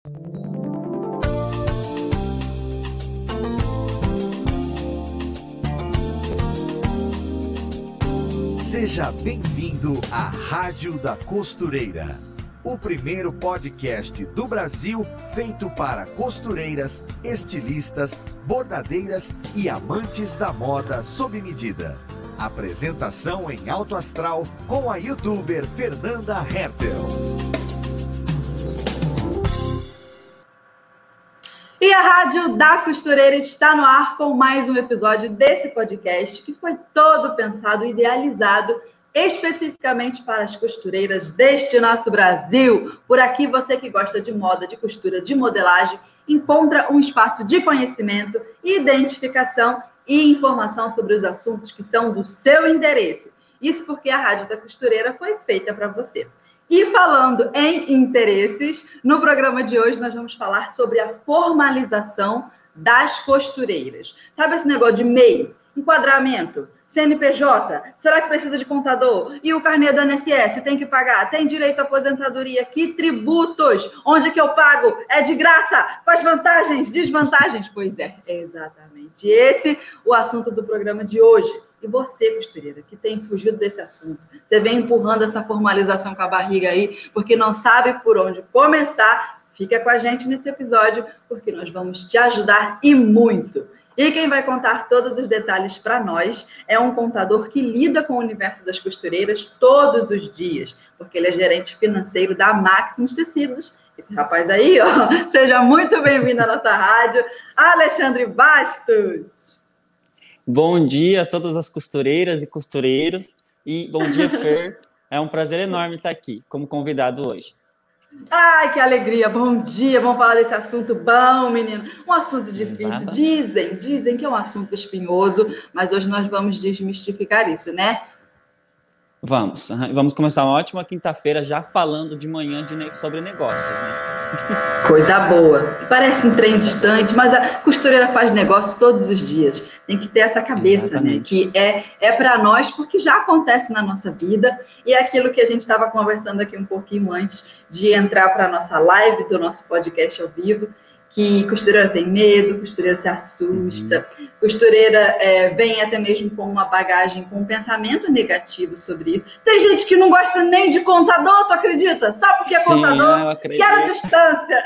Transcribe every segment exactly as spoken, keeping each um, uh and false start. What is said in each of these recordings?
Seja bem-vindo à Rádio da Costureira, o primeiro podcast do Brasil feito para costureiras, estilistas, bordadeiras e amantes da moda sob medida. Apresentação em alto astral com a youtuber Fernanda Hertel. E a Rádio da Costureira está no ar com mais um episódio desse podcast que foi todo pensado e idealizado especificamente para as costureiras deste nosso Brasil. Por aqui, você que gosta de moda, de costura, de modelagem, encontra um espaço de conhecimento, identificação e informação sobre os assuntos que são do seu interesse. Isso porque a Rádio da Costureira foi feita para você. E falando em interesses, no programa de hoje nós vamos falar sobre a formalização das costureiras. Sabe esse negócio de M E I, enquadramento, C N P J? Será que precisa de contador? E o carnê do I N S S tem que pagar? Tem direito à aposentadoria? Que tributos? Onde que eu pago? É de graça? Quais vantagens? Desvantagens? Pois é, é exatamente esse o assunto do programa de hoje. E você, costureira, que tem fugido desse assunto, você vem empurrando essa formalização com a barriga aí, porque não sabe por onde começar, fica com a gente nesse episódio, porque nós vamos te ajudar e muito. E quem vai contar todos os detalhes para nós é um contador que lida com o universo das costureiras todos os dias, porque ele é gerente financeiro da Maximus Tecidos. Esse rapaz aí, ó, seja muito bem-vindo à nossa rádio, Alexandre Bastos. Bom dia a todas as costureiras e costureiros. E bom dia, Fer. É um prazer enorme estar aqui como convidado hoje. Ai, que alegria. Bom dia. Vamos falar desse assunto bom, menino. Um assunto difícil. Exato. Dizem, dizem que é um assunto espinhoso, mas hoje nós vamos desmistificar isso, né? Vamos. Vamos começar uma ótima quinta-feira já falando de manhã de sobre negócios, né? Coisa boa. Parece um trem distante, mas a costureira faz negócio todos os dias. Tem que ter essa cabeça, exatamente, né? Que é, é para nós, porque já acontece na nossa vida. E é aquilo que a gente estava conversando aqui um pouquinho antes de entrar para a nossa live do nosso podcast ao vivo, que costureira tem medo, costureira se assusta, uhum. costureira é, vem até mesmo com uma bagagem, com um pensamento negativo sobre isso. Tem gente que não gosta nem de contador, tu acredita? Sabe por que é Sim, contador? eu acredito. Quero distância.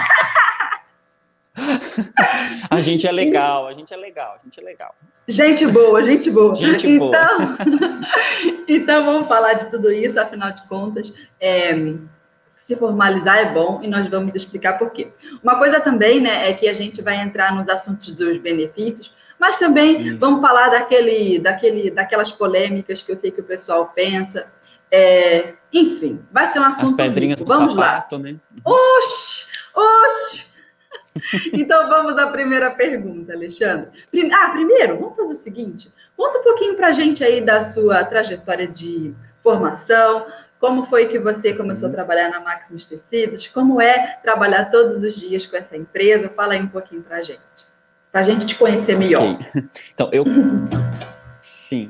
A gente é legal, a gente é legal, a gente é legal. Gente boa, gente boa. Gente então, boa. Então vamos falar de tudo isso, afinal de contas, é... se formalizar é bom e nós vamos explicar por quê. Uma coisa também, né, é que a gente vai entrar nos assuntos dos benefícios, mas também Isso. vamos falar daquele, daquele, daquelas polêmicas que eu sei que o pessoal pensa. É, enfim, vai ser um assunto... As pedrinhas rico. do Vamos sapato, lá. Né? Oxi, oxi. Então vamos à primeira pergunta, Alexandre. Ah, primeiro, vamos fazer o seguinte. Conta um pouquinho pra gente aí da sua trajetória de formação. Como foi que você começou a trabalhar na Maximus Tecidos? Como é trabalhar todos os dias com essa empresa? Fala aí um pouquinho pra gente. Pra gente te conhecer melhor. Okay. Então, eu... Sim.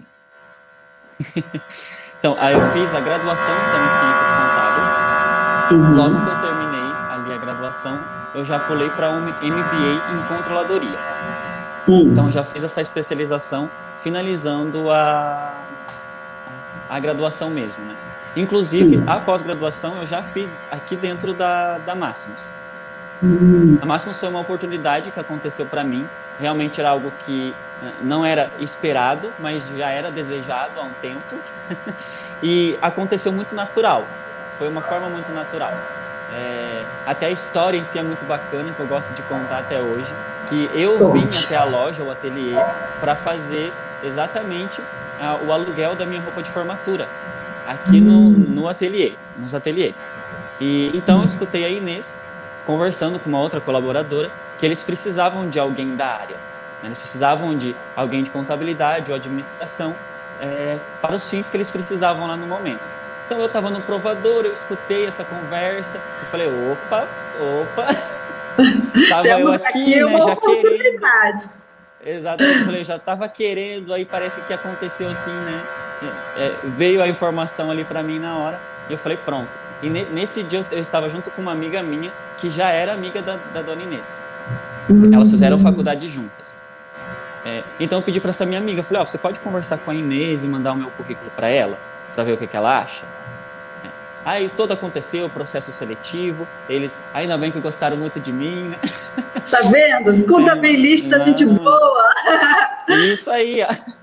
Então, aí eu fiz a graduação então, em Ciências Contábeis. Uhum. Logo que eu terminei ali a graduação, eu já pulei para um M B A em Controladoria. Uhum. Então, já fiz essa especialização, finalizando a, a graduação mesmo, né? Inclusive, a pós-graduação eu já fiz aqui dentro da, da Maximus. Uhum. A Maximus foi uma oportunidade que aconteceu para mim. Realmente era algo que não era esperado, mas já era desejado há um tempo. E aconteceu muito natural. Foi uma forma muito natural. É, até a história em si é muito bacana, que eu gosto de contar até hoje. Que eu vim até a loja, o ateliê, para fazer exatamente uh, o aluguel da minha roupa de formatura. Aqui no, no ateliê, nos ateliês. E então eu escutei a Inês conversando com uma outra colaboradora que eles precisavam de alguém da área. Eles precisavam de alguém de contabilidade ou administração é, para os fins que eles precisavam lá no momento. Então eu estava no provador, eu escutei essa conversa, eu falei, opa, opa, tava eu aqui, aqui né, já querendo. Exatamente, eu falei, já estava querendo, aí parece que aconteceu assim, né? É, veio a informação ali para mim na hora, e eu falei, pronto. E ne, nesse dia eu, eu estava junto com uma amiga minha, que já era amiga da, da dona Inês. Uhum. Elas fizeram faculdade juntas. É, então eu pedi para essa minha amiga, falei, ó, oh, você pode conversar com a Inês e mandar o meu currículo para ela, para ver o que, que ela acha? É. Aí tudo aconteceu, o processo seletivo, eles, ainda bem que gostaram muito de mim, né? Tá vendo? Contabilista, é, gente boa! Isso aí,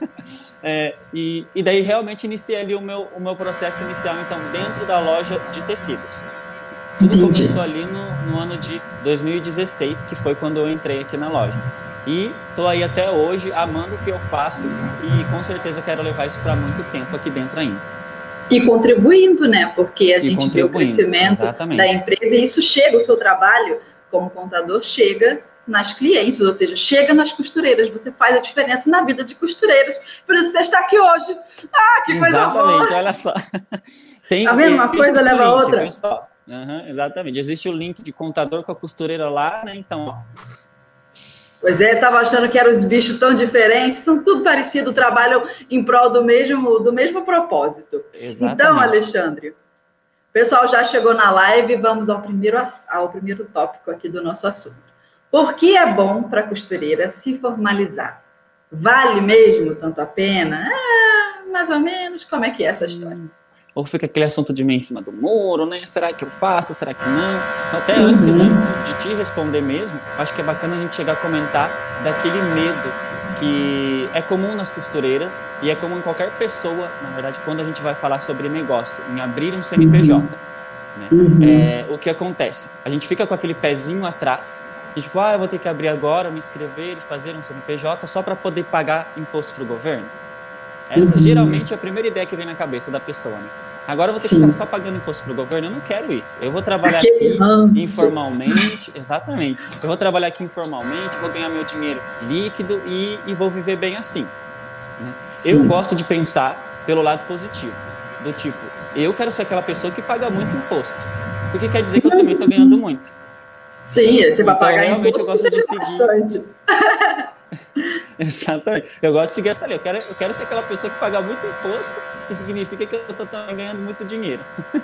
é, e, e daí realmente iniciei ali o meu, o meu processo inicial, então, dentro da loja de tecidos. Tudo Entendi. Começou ali no, no ano de dois mil e dezesseis, que foi quando eu entrei aqui na loja. E tô aí até hoje, amando o que eu faço e com certeza quero levar isso para muito tempo aqui dentro ainda. E contribuindo, né? Porque a e gente vê o crescimento exatamente. Da empresa e isso chega, o seu trabalho como contador chega nas clientes, ou seja, chega nas costureiras. Você faz a diferença na vida de costureiras. Por isso você está aqui hoje. Ah, que coisa boa! Exatamente, olha só. Tem, tá vendo? Uma coisa leva a outra. Uhum, exatamente. Existe o link de contador com a costureira lá, né? Então, ó. Pois é, estava achando que eram os bichos tão diferentes, são tudo parecido, trabalham em prol do mesmo, do mesmo propósito. Exatamente. Então, Alexandre, o pessoal já chegou na live, vamos ao primeiro, ao primeiro tópico aqui do nosso assunto. Por que é bom para a costureira se formalizar? Vale mesmo tanto a pena? Ah, mais ou menos, como é que é essa história? Ou fica aquele assunto de mim em cima do muro, né? Será que eu faço? Será que não? Então, até antes de, de te responder mesmo, acho que é bacana a gente chegar a comentar daquele medo que é comum nas costureiras e é comum em qualquer pessoa, na verdade, quando a gente vai falar sobre negócio, em abrir um C N P J. Né? Uhum. É, o que acontece? A gente fica com aquele pezinho atrás, e tipo, ah, eu vou ter que abrir agora, me inscrever e fazer um C N P J só para poder pagar imposto para o governo. Essa uhum. geralmente é a primeira ideia que vem na cabeça da pessoa, né? Agora eu vou ter Sim. que ficar só pagando imposto para o governo, eu não quero isso. Eu vou trabalhar Aquele aqui ranço. informalmente, exatamente. Eu vou trabalhar aqui informalmente, vou ganhar meu dinheiro líquido e, e vou viver bem assim. Né? Eu gosto de pensar pelo lado positivo, do tipo, eu quero ser aquela pessoa que paga muito imposto, porque quer dizer que eu também estou ganhando muito. Sim, você vai então, pagar realmente imposto. Eu gosto de seguir. Exatamente. Eu gosto de seguir essa linha. Eu quero, eu quero ser aquela pessoa que paga muito imposto, que significa que eu estou também ganhando muito dinheiro.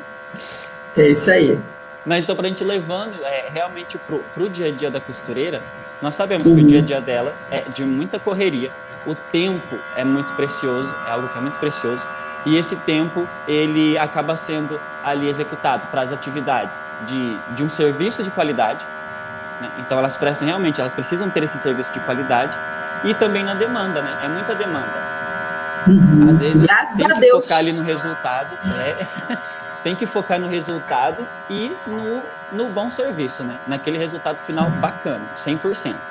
É isso aí. Mas então, para a gente levando é, realmente para o dia a dia da costureira, nós sabemos uhum. que o dia a dia delas é de muita correria. O tempo é muito precioso, é algo que é muito precioso. E esse tempo, ele acaba sendo ali executado para as atividades de, de um serviço de qualidade. Né? Então elas prestam realmente, elas precisam ter esse serviço de qualidade e também na demanda, né? É muita demanda. Uhum. Às vezes Graças tem a que Deus. focar ali no resultado, né? Tem que focar no resultado e no, no bom serviço, né? Naquele resultado final bacana, cem por cento.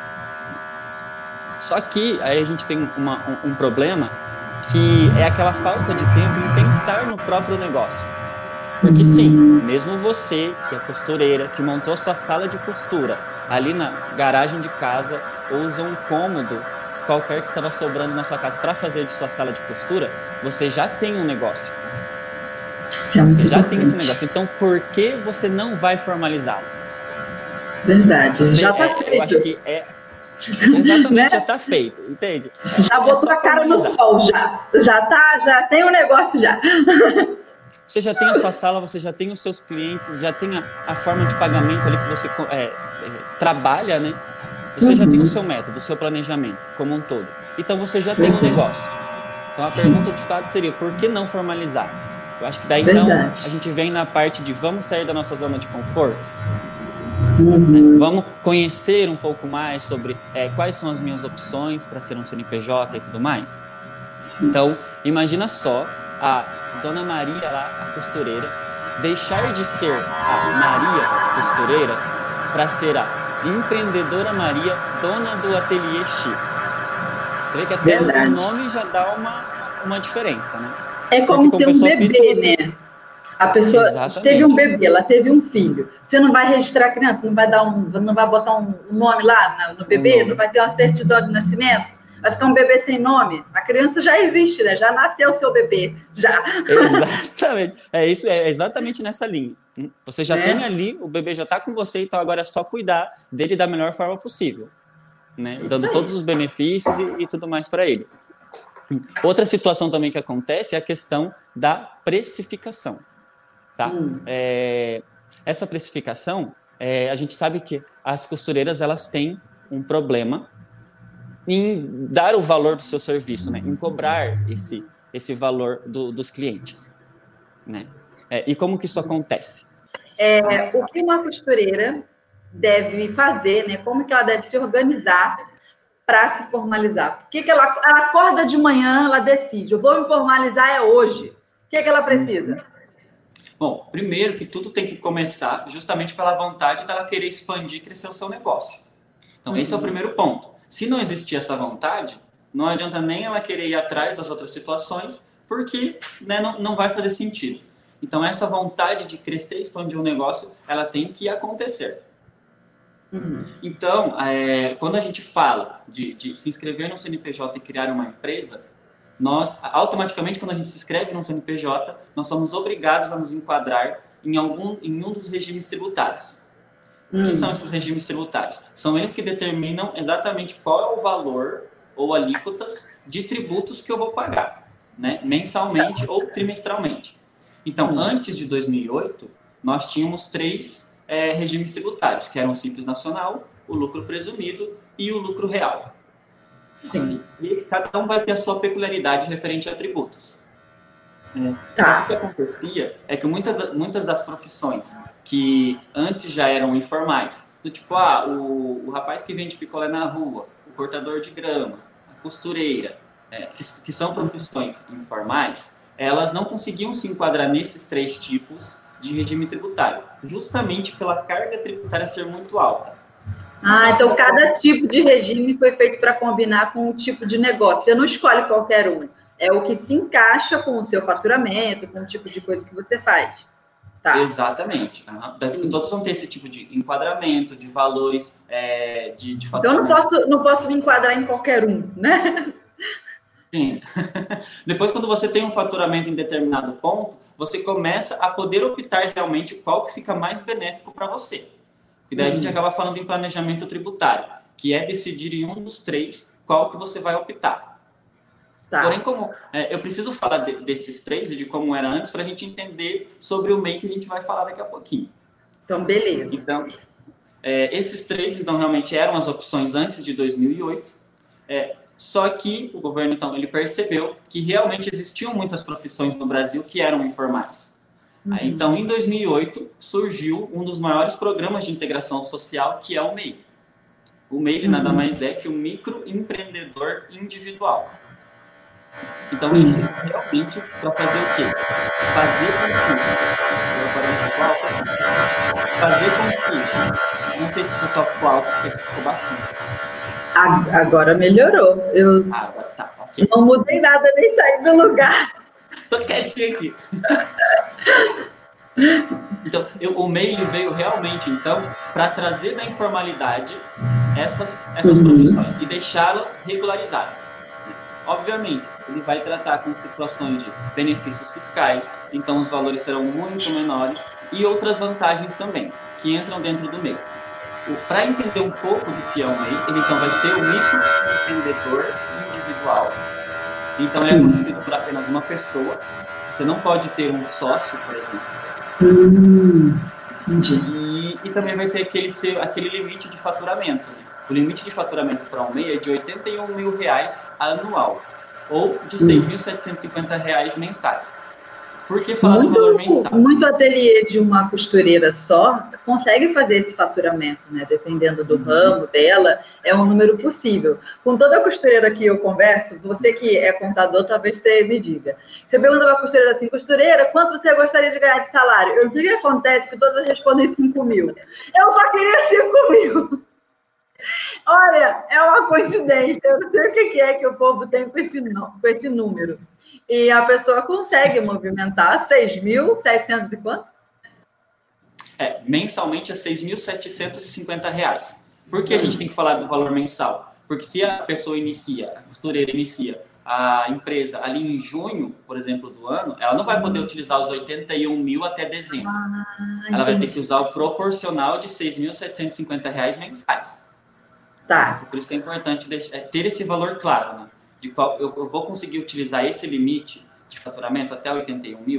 Só que aí a gente tem uma, um, um problema que é aquela falta de tempo em pensar no próprio negócio. Porque sim, mesmo você, que é costureira, que montou sua sala de costura ali na garagem de casa, ou usou um cômodo qualquer que estava sobrando na sua casa para fazer de sua sala de costura, você já tem um negócio. Sim, você já tem esse negócio. Então, por que você não vai formalizá-lo? Verdade, você, já está é, feito. Eu acho que é... Exatamente, né? Já está feito, entende? Já botou é a cara formalizar. No sol, já. Já, tá, já tem o um negócio já. Você já tem a sua sala, você já tem os seus clientes, já tem a, a forma de pagamento ali que você é, é, trabalha, né? Você uhum. já tem o seu método, o seu planejamento como um todo. Então, você já tem um negócio. Então, a Sim. pergunta de fato seria, por que não formalizar? Eu acho que daí, Verdade. então, a gente vem na parte de vamos sair da nossa zona de conforto. Uhum. Né? Vamos conhecer um pouco mais sobre é, quais são as minhas opções para ser um C N P J e tudo mais. Sim. Então, imagina só a Dona Maria lá, a costureira, deixar de ser a Maria costureira para ser a empreendedora Maria, dona do ateliê X. Você vê que até Verdade. O nome já dá uma, uma diferença, né? É como Porque, ter um bebê, física, você... né? A pessoa Exatamente. Teve um bebê, ela teve um filho. Você não vai registrar a criança, não vai dar um, não vai botar um nome lá no bebê, um não vai ter uma certidão de nascimento. Vai ficar um bebê sem nome? A criança já existe, né? Já nasceu o seu bebê, já. Exatamente. É isso, é exatamente nessa linha. Você já é. tem ali, o bebê já está com você, então agora é só cuidar dele da melhor forma possível, né? Dando todos os benefícios e, e tudo mais para ele. Outra situação também que acontece é a questão da precificação. tá? Hum. É, essa precificação, é, a gente sabe que as costureiras, elas têm um problema em dar o valor do seu serviço, né? Em cobrar esse, esse valor do, dos clientes, né? É, e como que isso acontece? É, o que uma costureira deve fazer, né? Como que ela deve se organizar para se formalizar? Por que que ela, ela acorda de manhã, ela decide, eu vou me formalizar é hoje. O que que ela precisa? Bom, primeiro que tudo tem que começar justamente pela vontade dela querer expandir e crescer o seu negócio. Então, uhum. esse é o primeiro ponto. Se não existir essa vontade, não adianta nem ela querer ir atrás das outras situações, porque, né, não, não vai fazer sentido. Então, essa vontade de crescer e expandir um negócio, ela tem que acontecer. Uhum. Então, é, quando a gente fala de, de se inscrever no C N P J e criar uma empresa, nós, automaticamente, quando a gente se inscreve no C N P J, nós somos obrigados a nos enquadrar em, algum, em um dos regimes tributários. Hum. O que são esses regimes tributários? São eles que determinam exatamente qual é o valor ou alíquotas de tributos que eu vou pagar, né? Mensalmente ou trimestralmente. Então, hum. antes de dois mil e oito, nós tínhamos três é, regimes tributários, que eram o Simples Nacional, o lucro presumido e o lucro real. Sim. E esse, cada um vai ter a sua peculiaridade referente a tributos. É, tá. O que acontecia é que muita, muitas das profissões que antes já eram informais, do tipo, ah, o, o rapaz que vende picolé na rua, o cortador de grama, a costureira, é, que, que são profissões informais, elas não conseguiam se enquadrar nesses três tipos de regime tributário, justamente pela carga tributária ser muito alta. Ah, então cada tipo de regime foi feito para combinar com o tipo de negócio. Você não escolhe qualquer um. É o que se encaixa com o seu faturamento, com o tipo de coisa que você faz. Tá. Exatamente. Uhum. Porque todos vão ter esse tipo de enquadramento, de valores, é, de, de faturamento. Então, não posso, não posso me enquadrar em qualquer um, né? Sim. Depois, quando você tem um faturamento em determinado ponto, você começa a poder optar realmente qual que fica mais benéfico para você. E daí uhum. a gente acaba falando em planejamento tributário, que é decidir em um dos três qual que você vai optar. Tá. Porém, como é, eu preciso falar de, desses três e de como era antes para a gente entender sobre o M E I que a gente vai falar daqui a pouquinho. Então, beleza. Então, é, esses três, então, realmente eram as opções antes de dois mil e oito. É, só que o governo, então, ele percebeu que realmente existiam muitas profissões no Brasil que eram informais. Uhum. Aí, então, em dois mil e oito, surgiu um dos maiores programas de integração social, que é o M E I. O M E I, ele uhum. nada mais é que o microempreendedor individual. Então, uhum. isso realmente para fazer o quê? Fazer com que... Fazer com que... Não sei se o pessoal ficou alto, porque ficou bastante. Agora melhorou. Eu ah, agora tá, okay. Não mudei nada, nem saí do lugar. Tô quietinho aqui. Então, eu, o M E I ele veio realmente, então, para trazer da informalidade essas, essas uhum. profissões e deixá-las regularizadas. Obviamente, ele vai tratar com situações de benefícios fiscais, então os valores serão muito menores e outras vantagens também, que entram dentro do M E I. Para entender um pouco do que é o M E I, ele então vai ser o microempreendedor individual. Então, ele é constituído por apenas uma pessoa. Você não pode ter um sócio, por exemplo. Hum, e, e também vai ter aquele, aquele limite de faturamento, né? O limite de faturamento para um M E I é de oitenta e um mil reais anual, ou de seis mil setecentos e cinquenta reais mensais. Por que falar muito, do valor mensal? Muito ateliê de uma costureira só consegue fazer esse faturamento, né? Dependendo do uhum. ramo dela, é um número possível. Com toda costureira que eu converso, você que é contador, talvez você me diga. Você pergunta para a costureira assim, costureira, quanto você gostaria de ganhar de salário? Eu não sei o que acontece, que todas respondem cinco mil. Eu só queria cinco mil. Olha, é uma coincidência, eu não sei o que é que o povo tem com esse, com esse número. E a pessoa consegue movimentar seis mil e setecentos e quanto? É, mensalmente é seis mil setecentos e cinquenta reais. Por que a gente tem que falar do valor mensal? Porque se a pessoa inicia, a costureira inicia a empresa ali em junho, por exemplo, do ano, ela não vai poder utilizar os oitenta e um mil até dezembro. Ah, ela vai ter que usar o proporcional de seis mil setecentos e cinquenta reais mensais. Tá. Por isso que é importante deixar, é ter esse valor claro, né? De qual eu, eu vou conseguir utilizar esse limite de faturamento até oitenta e um mil,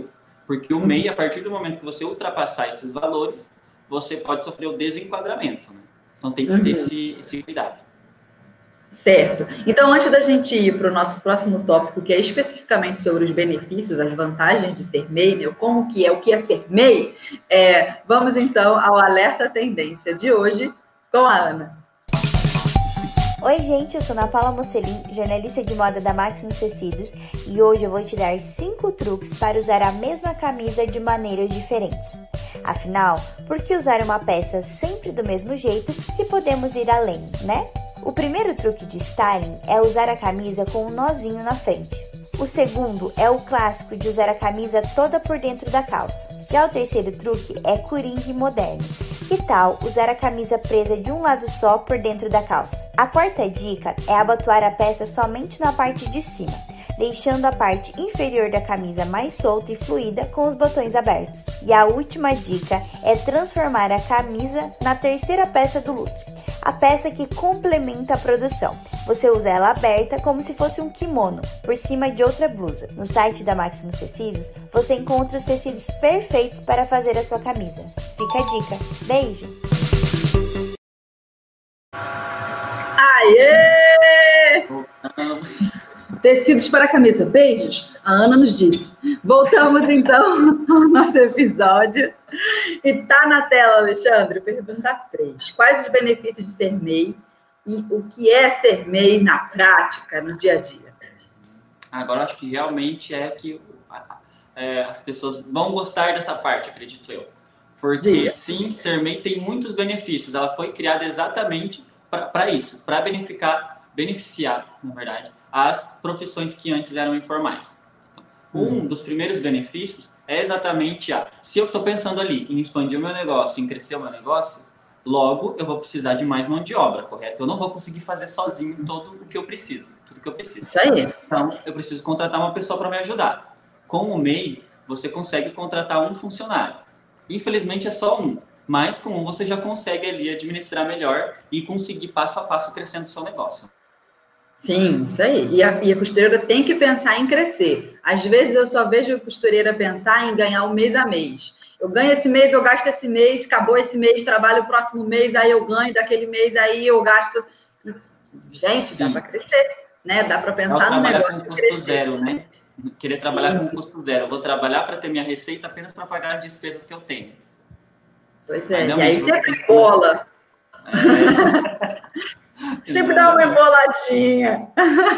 Porque o M E I, a partir do momento que você ultrapassar esses valores, você pode sofrer o desenquadramento, né? Então tem que ter uhum. esse, esse cuidado. Certo. Então, antes da gente ir para o nosso próximo tópico, que é especificamente sobre os benefícios, as vantagens de ser M E I, né? Como que é, o que é ser M E I, é, vamos então ao Alerta Tendência de hoje com a Ana. Oi, gente, eu sou Ana Paula Mocelin, jornalista de moda da Maximus Tecidos, e hoje eu vou te dar cinco truques para usar a mesma camisa de maneiras diferentes. Afinal, por que usar uma peça sempre do mesmo jeito se podemos ir além, né? O primeiro truque de styling é usar a camisa com um nozinho na frente. O segundo é o clássico de usar a camisa toda por dentro da calça. Já o terceiro truque é coringa e moderno. Que tal usar a camisa presa de um lado só por dentro da calça? A quarta dica é abotoar a peça somente na parte de cima, deixando a parte inferior da camisa mais solta e fluida com os botões abertos. E a última dica é transformar a camisa na terceira peça do look, a peça que complementa a produção. Você usa ela aberta como se fosse um kimono, por cima de outra blusa. No site da Maximus Tecidos, você encontra os tecidos perfeitos para fazer a sua camisa. Fica a dica. Beijo! Aê! Tecidos para a camisa. Beijos. A Ana nos disse. Voltamos então ao nosso episódio. E tá na tela, Alexandre, pergunta três. Quais os benefícios de ser M E I e o que é ser M E I na prática, no dia a dia? Agora, acho que realmente é que é, as pessoas vão gostar dessa parte, acredito eu. Porque, Diga. sim, ser M E I tem muitos benefícios. Ela foi criada exatamente para isso, para beneficiar, beneficiar, na verdade, as profissões que antes eram informais. Então, hum. Um dos primeiros benefícios é exatamente a... Se eu estou pensando ali em expandir o meu negócio, em crescer o meu negócio, logo eu vou precisar de mais mão de obra, correto? Eu não vou conseguir fazer sozinho todo o que eu preciso, tudo que eu preciso. Isso aí. Então, eu preciso contratar uma pessoa para me ajudar. Com o M E I, você consegue contratar um funcionário. Infelizmente é só um, mas com um você já consegue ali administrar melhor e conseguir passo a passo crescendo o seu negócio. Sim, isso aí. E a, e a costureira tem que pensar em crescer. Às vezes eu só vejo a costureira pensar em ganhar um mês a mês. Eu ganho esse mês, eu gasto esse mês, acabou esse mês, trabalho o próximo mês, aí eu ganho daquele mês, aí eu gasto. Gente, Sim. dá para crescer, né? Dá para pensar no negócio. Trabalhar com custo zero, né? Querer trabalhar Sim. com custo zero. Eu vou trabalhar para ter minha receita apenas para pagar as despesas que eu tenho. Pois é, e aí você bola. É. Sempre dá uma emboladinha.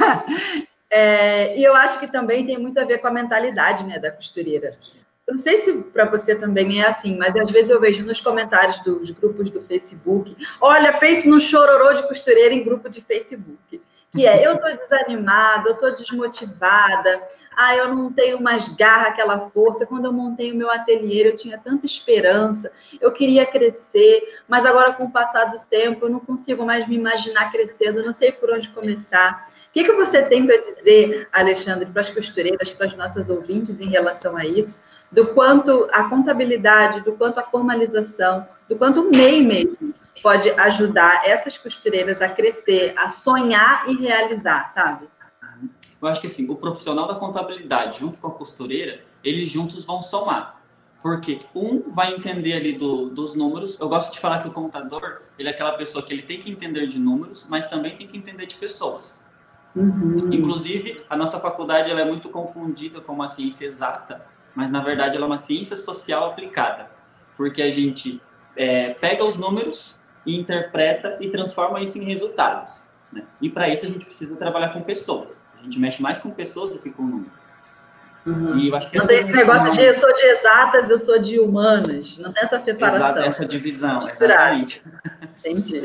É, e eu acho que também tem muito a ver com a mentalidade, né, da costureira. Eu não sei se para você também é assim, mas às vezes eu vejo nos comentários dos grupos do Facebook, olha, pense no chororô de costureira em grupo de Facebook, que é, eu estou desanimada, eu estou desmotivada, ah, eu não tenho mais garra, aquela força. Quando eu montei o meu ateliê, eu tinha tanta esperança, eu queria crescer, mas agora, com o passar do tempo, eu não consigo mais me imaginar crescendo, não sei por onde começar. O que, que você tem para dizer, Alexandre, para as costureiras, para as nossas ouvintes em relação a isso, do quanto a contabilidade, do quanto a formalização, do quanto o M E I mesmo pode ajudar essas costureiras a crescer, a sonhar e realizar, sabe? Eu acho que assim, o profissional da contabilidade junto com a costureira, eles juntos vão somar. Porque um vai entender ali do, dos números. Eu gosto de falar que o contador, ele é aquela pessoa que ele tem que entender de números, mas também tem que entender de pessoas. Uhum. Inclusive, a nossa faculdade ela é muito confundida com uma ciência exata, mas na verdade ela é uma ciência social aplicada. Porque a gente é, pega os números e interpreta e transforma isso em resultados, né? E para isso a gente precisa trabalhar com pessoas. A gente mexe mais com pessoas do que com números. Uhum. E eu acho que não tem esse negócio não... de eu sou de exatas, eu sou de humanas. Não tem essa separação. Exato, essa divisão, exatamente. Entendi.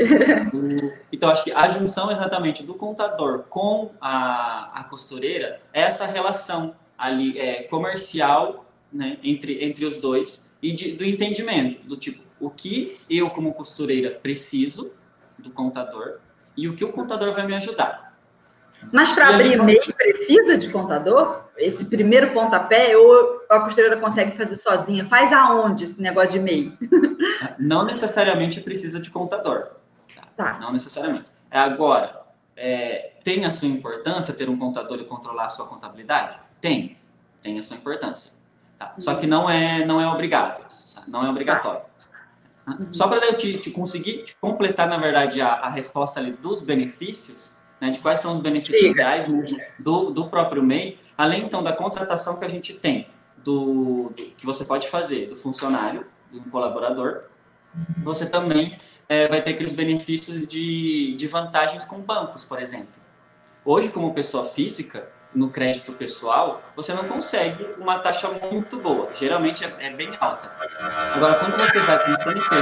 Então, acho que a junção exatamente do contador com a, a costureira é essa relação ali é, comercial, né, entre, entre os dois e de, do entendimento, do tipo, o que eu como costureira preciso do contador e o que o contador vai me ajudar. Mas para abrir M E I precisa de contador? Esse primeiro pontapé ou a costureira consegue fazer sozinha? Faz aonde esse negócio de M E I? Não necessariamente precisa de contador. Tá? Tá. Não necessariamente. Agora, é, tem a sua importância ter um contador e controlar a sua contabilidade? Tem. Tem a sua importância. Tá? Só que não é, não é obrigado, tá? Não é obrigatório. Tá? Só para eu te, te conseguir te completar, na verdade, a, a resposta ali dos benefícios, né, de quais são os benefícios Sim. reais mesmo do, do próprio M E I, além, então, da contratação que a gente tem, do, do que você pode fazer do funcionário, do colaborador, você também é, vai ter aqueles benefícios de, de vantagens com bancos, por exemplo. Hoje, como pessoa física, no crédito pessoal, você não consegue uma taxa muito boa. Geralmente é, é bem alta. Agora, quando você vai para o C N P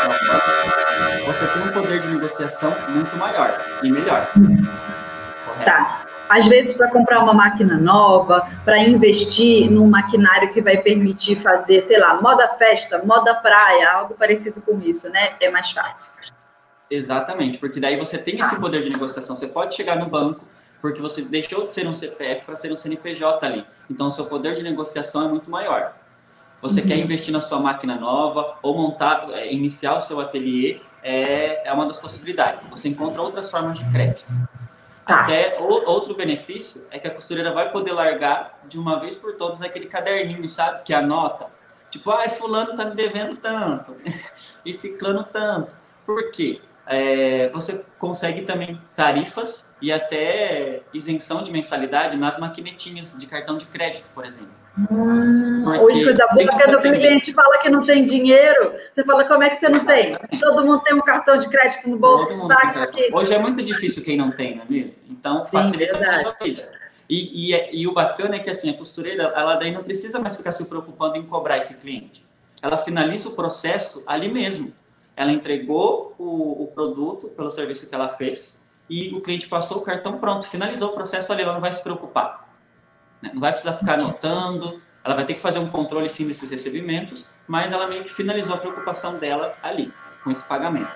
J, você tem um poder de negociação muito maior e melhor. Correto? Tá. Às vezes, para comprar uma máquina nova, para investir num maquinário que vai permitir fazer, sei lá, moda festa, moda praia, algo parecido com isso, né? É mais fácil. Exatamente, porque daí você tem esse poder de negociação. Você pode chegar no banco, porque você deixou de ser um C P F para ser um C N P J ali. Então, o seu poder de negociação é muito maior. Você uhum. quer investir na sua máquina nova ou montar, é, iniciar o seu ateliê, é, é uma das possibilidades. Você encontra outras formas de crédito. Tá. Até o, outro benefício é que a costureira vai poder largar de uma vez por todas aquele caderninho, sabe? Que anota. Tipo, ai, fulano tá me devendo tanto. E ciclano tanto. Por quê? É, você consegue também tarifas e até isenção de mensalidade nas maquinetinhas de cartão de crédito, por exemplo. Hum, hoje, coisa boa, porque o cliente fala que não tem dinheiro, você fala, como é que você Exatamente. Não tem? Todo mundo tem um cartão de crédito no bolso. Tá aqui. Hoje é muito difícil quem não tem, não é mesmo? Então, Sim, facilita muito a vida. E, e, e o bacana é que assim, a costureira, ela daí não precisa mais ficar se preocupando em cobrar esse cliente. Ela finaliza o processo ali mesmo. Ela entregou o, o produto pelo serviço que ela fez e o cliente passou o cartão, pronto, finalizou o processo ali, ela não vai se preocupar. Né? Não vai precisar ficar anotando, ela vai ter que fazer um controle sim desses recebimentos, mas ela meio que finalizou a preocupação dela ali, com esse pagamento.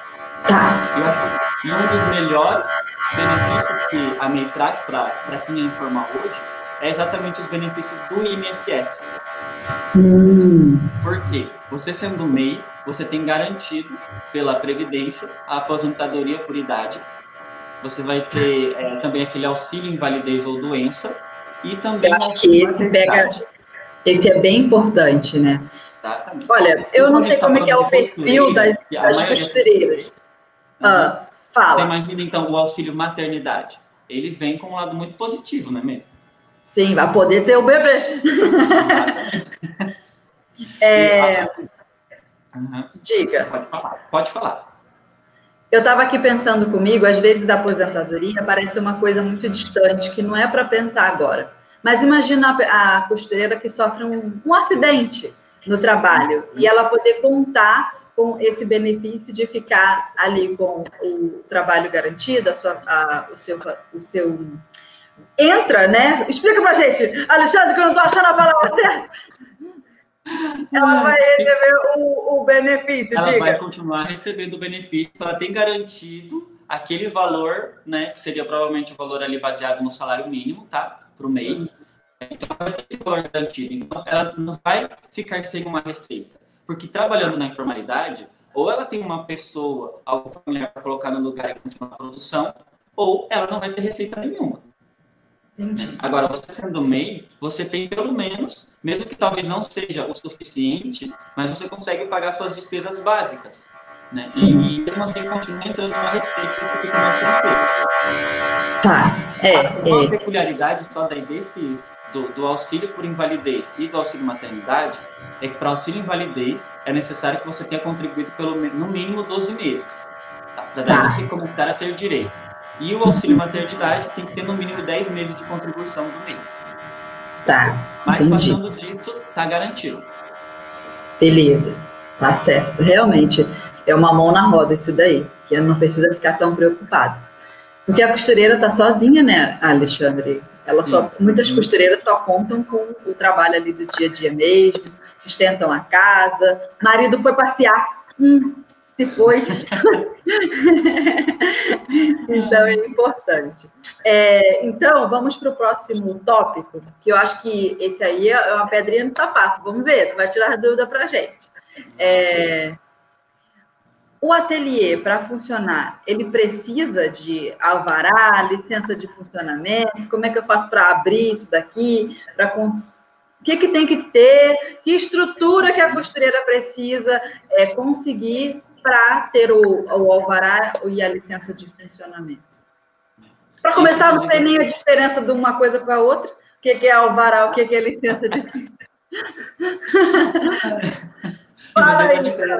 Eu acho que um dos melhores benefícios que a M E I traz para quem é informal hoje é exatamente os benefícios do I N S S. Hum. Por quê? Você sendo M E I, você tem garantido pela Previdência a aposentadoria por idade. Você vai ter é, também aquele auxílio invalidez ou doença e também eu acho que esse pega, esse é bem importante, né? Exatamente. Olha, eu não sei como é que é o perfil das, das costureiras. Ah, fala. Você imagina então o auxílio maternidade? Ele vem com um lado muito positivo, não é mesmo? Sim, vai poder ter o bebê. é... Uhum. Diga. Pode falar. Pode falar. Eu estava aqui pensando comigo, às vezes a aposentadoria parece uma coisa muito distante, que não é para pensar agora. Mas imagina a, a costureira que sofre um, um acidente no trabalho e ela poder contar com esse benefício de ficar ali com o trabalho garantido, a sua, a, o, seu, o seu... Entra, né? Explica pra gente, Alexandre, que eu não estou achando a palavra certa. Ela vai receber o, o benefício, ela diga. vai continuar recebendo o benefício, ela tem garantido aquele valor, né, que seria provavelmente o valor ali baseado no salário mínimo, tá, para o M E I. Então, ela vai ter esse valor garantido. Então, ela não vai ficar sem uma receita. Porque trabalhando na informalidade, ou ela tem uma pessoa, algum familiar para colocar no lugar e continuar a produção, ou ela não vai ter receita nenhuma. Entendi. Agora, você sendo M E I, você tem pelo menos, mesmo que talvez não seja o suficiente, mas você consegue pagar suas despesas básicas, né? E, e mesmo assim continua entrando uma receita que você fica mais tranquilo. Tá, é. Uma é. peculiaridade só daí desses, do, do auxílio por invalidez e do auxílio maternidade é que para auxílio invalidez é necessário que você tenha contribuído pelo, no mínimo doze meses, tá? Para daí tá. você começar a ter direito. E o auxílio maternidade tem que ter no mínimo dez meses de contribuição do M E I. Tá, Mas entendi. passando disso, tá garantido. Beleza, tá certo. Realmente, é uma mão na roda isso daí, que não precisa ficar tão preocupado. Porque a costureira tá sozinha, né, Alexandre? Ela só, muitas costureiras só contam com o trabalho ali do dia a dia mesmo, sustentam a casa, marido foi passear, hum, se foi. Então, é importante. É, então, vamos para o próximo tópico, que eu acho que esse aí é uma pedrinha no sapato. Vamos ver, tu vai tirar a dúvida para a gente. É, o ateliê, para funcionar, ele precisa de alvará, licença de funcionamento? Como é que eu faço para abrir isso daqui, para O que, que tem que ter, que estrutura que a costureira precisa é, conseguir para ter o, o alvará e a licença de funcionamento. Para começar, não sei nem a diferença de uma coisa para outra, o que, que é alvará, o que, que é licença de funcionamento. Fala aí.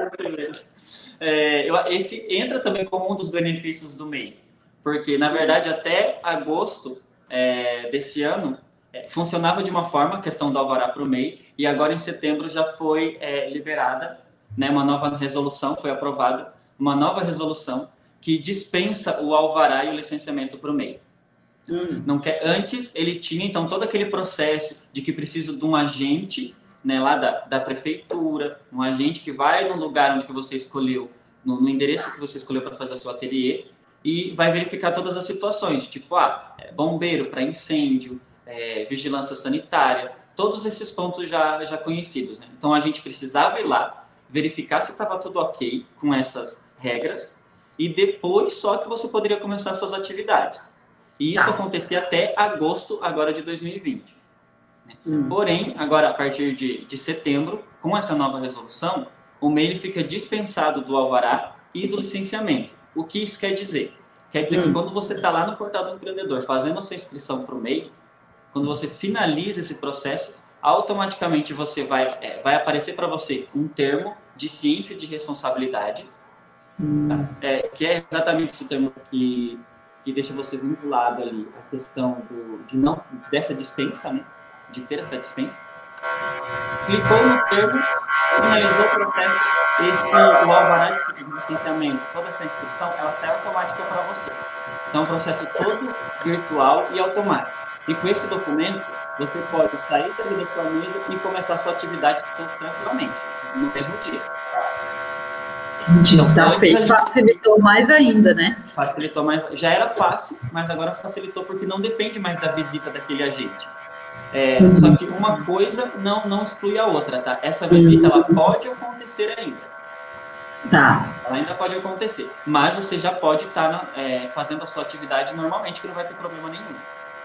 É, eu, esse entra também como um dos benefícios do M E I, porque, na verdade, até agosto é, desse ano, é, funcionava de uma forma, a questão do alvará para o M E I, e agora em setembro já foi é, liberada, né, uma nova resolução, foi aprovada, uma nova resolução que dispensa o alvará e o licenciamento para o M E I. Hum. Não quer, antes, ele tinha, então, todo aquele processo de que precisa de um agente, né, lá da, da prefeitura, um agente que vai no lugar onde que você escolheu, no, no endereço que você escolheu para fazer o seu ateliê, e vai verificar todas as situações, tipo, ah, é, bombeiro para incêndio, é, vigilância sanitária, todos esses pontos já, já conhecidos, né? Então, a gente precisava ir lá, verificar se estava tudo ok com essas regras, e depois só que você poderia começar suas atividades. E isso acontecia até agosto agora de dois mil e vinte. Né? Hum. Porém, agora a partir de, de setembro, com essa nova resolução, o M E I fica dispensado do alvará e do licenciamento. O que isso quer dizer? Quer dizer hum. que quando você está lá no portal do empreendedor fazendo a sua inscrição para o M E I, quando você finaliza esse processo, automaticamente você vai, é, vai aparecer para você um termo de ciência de responsabilidade, hum. tá? é, que é exatamente esse termo que, que deixa você vinculado ali à questão do, de não, dessa dispensa, né? De ter essa dispensa. Clicou no termo, finalizou o processo, esse, o alvará de licenciamento, toda essa inscrição, ela sai automática para você. Então, é um processo todo virtual e automático. E com esse documento, você pode sair dali da sua mesa e começar a sua atividade tranquilamente, no mesmo dia. Entendi. Então, tá feito. Gente... Facilitou mais ainda, né? Facilitou mais. Já era fácil, mas agora facilitou porque não depende mais da visita daquele agente. É, uhum. Só que uma coisa não, não exclui a outra, tá? Essa visita, uhum. ela pode acontecer ainda. Tá. Ela ainda pode acontecer. Mas você já pode estar é, fazendo a sua atividade normalmente, que não vai ter problema nenhum.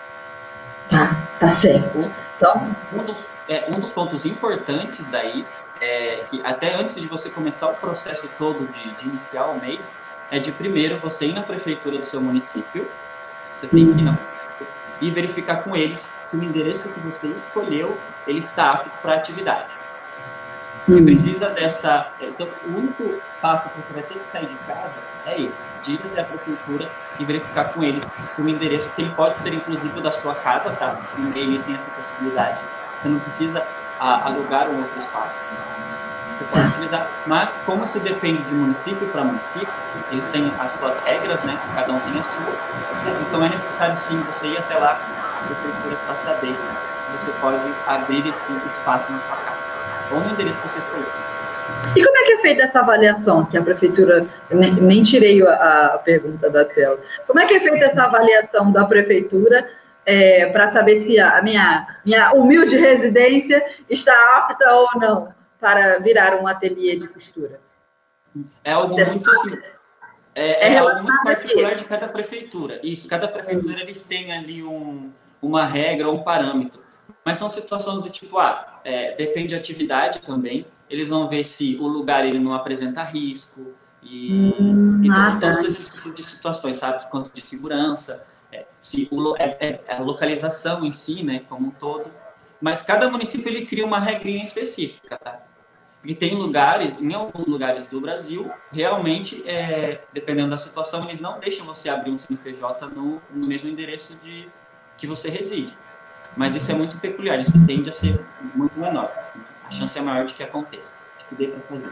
Tá, tá certo. Então... Um dos, é, um dos pontos importantes daí é que até antes de você começar o processo todo de, de iniciar o M E I, é de primeiro você ir na prefeitura do seu município, você tem que ir na e verificar com eles se o endereço que você escolheu, ele está apto para a atividade. Uhum. E precisa dessa... Então, o único passo que você vai ter que sair de casa é esse, de ir até a prefeitura e verificar com eles se o endereço, que ele pode ser inclusive da sua casa, tá? Ele tem essa possibilidade. Você não precisa a, alugar um outro espaço. Você pode utilizar, mas como isso depende de município para município, eles têm as suas regras, né? Cada um tem a sua. Então é necessário sim você ir até lá na prefeitura para saber se você pode abrir esse espaço na sua casa ou no endereço que você escolheu. E como é que é feita essa avaliação que a prefeitura, nem, nem tirei a, a pergunta da tela, como é que é feita essa avaliação da prefeitura é, para saber se a minha, minha humilde residência está apta ou não para virar um ateliê de costura? É algo Você muito assim, é, é, é algo muito particular de cada prefeitura. Isso, cada prefeitura eles têm ali um, uma regra ou um parâmetro. Mas são situações do tipo, ah, é, depende da atividade também. Eles vão ver se o lugar ele não apresenta risco e, hum, e ah, todos tá. esses tipos de situações, sabe? Quanto de segurança, é, se o, é, é, a localização em si, né, como um todo. Mas cada município ele cria uma regrinha específica, tá? E tem lugares, em alguns lugares do Brasil, realmente, é, dependendo da situação, eles não deixam você abrir um C N P J no, no mesmo endereço de, que você reside. Mas isso é muito peculiar, isso tende a ser muito menor. A chance é maior de que aconteça, de que dê para fazer.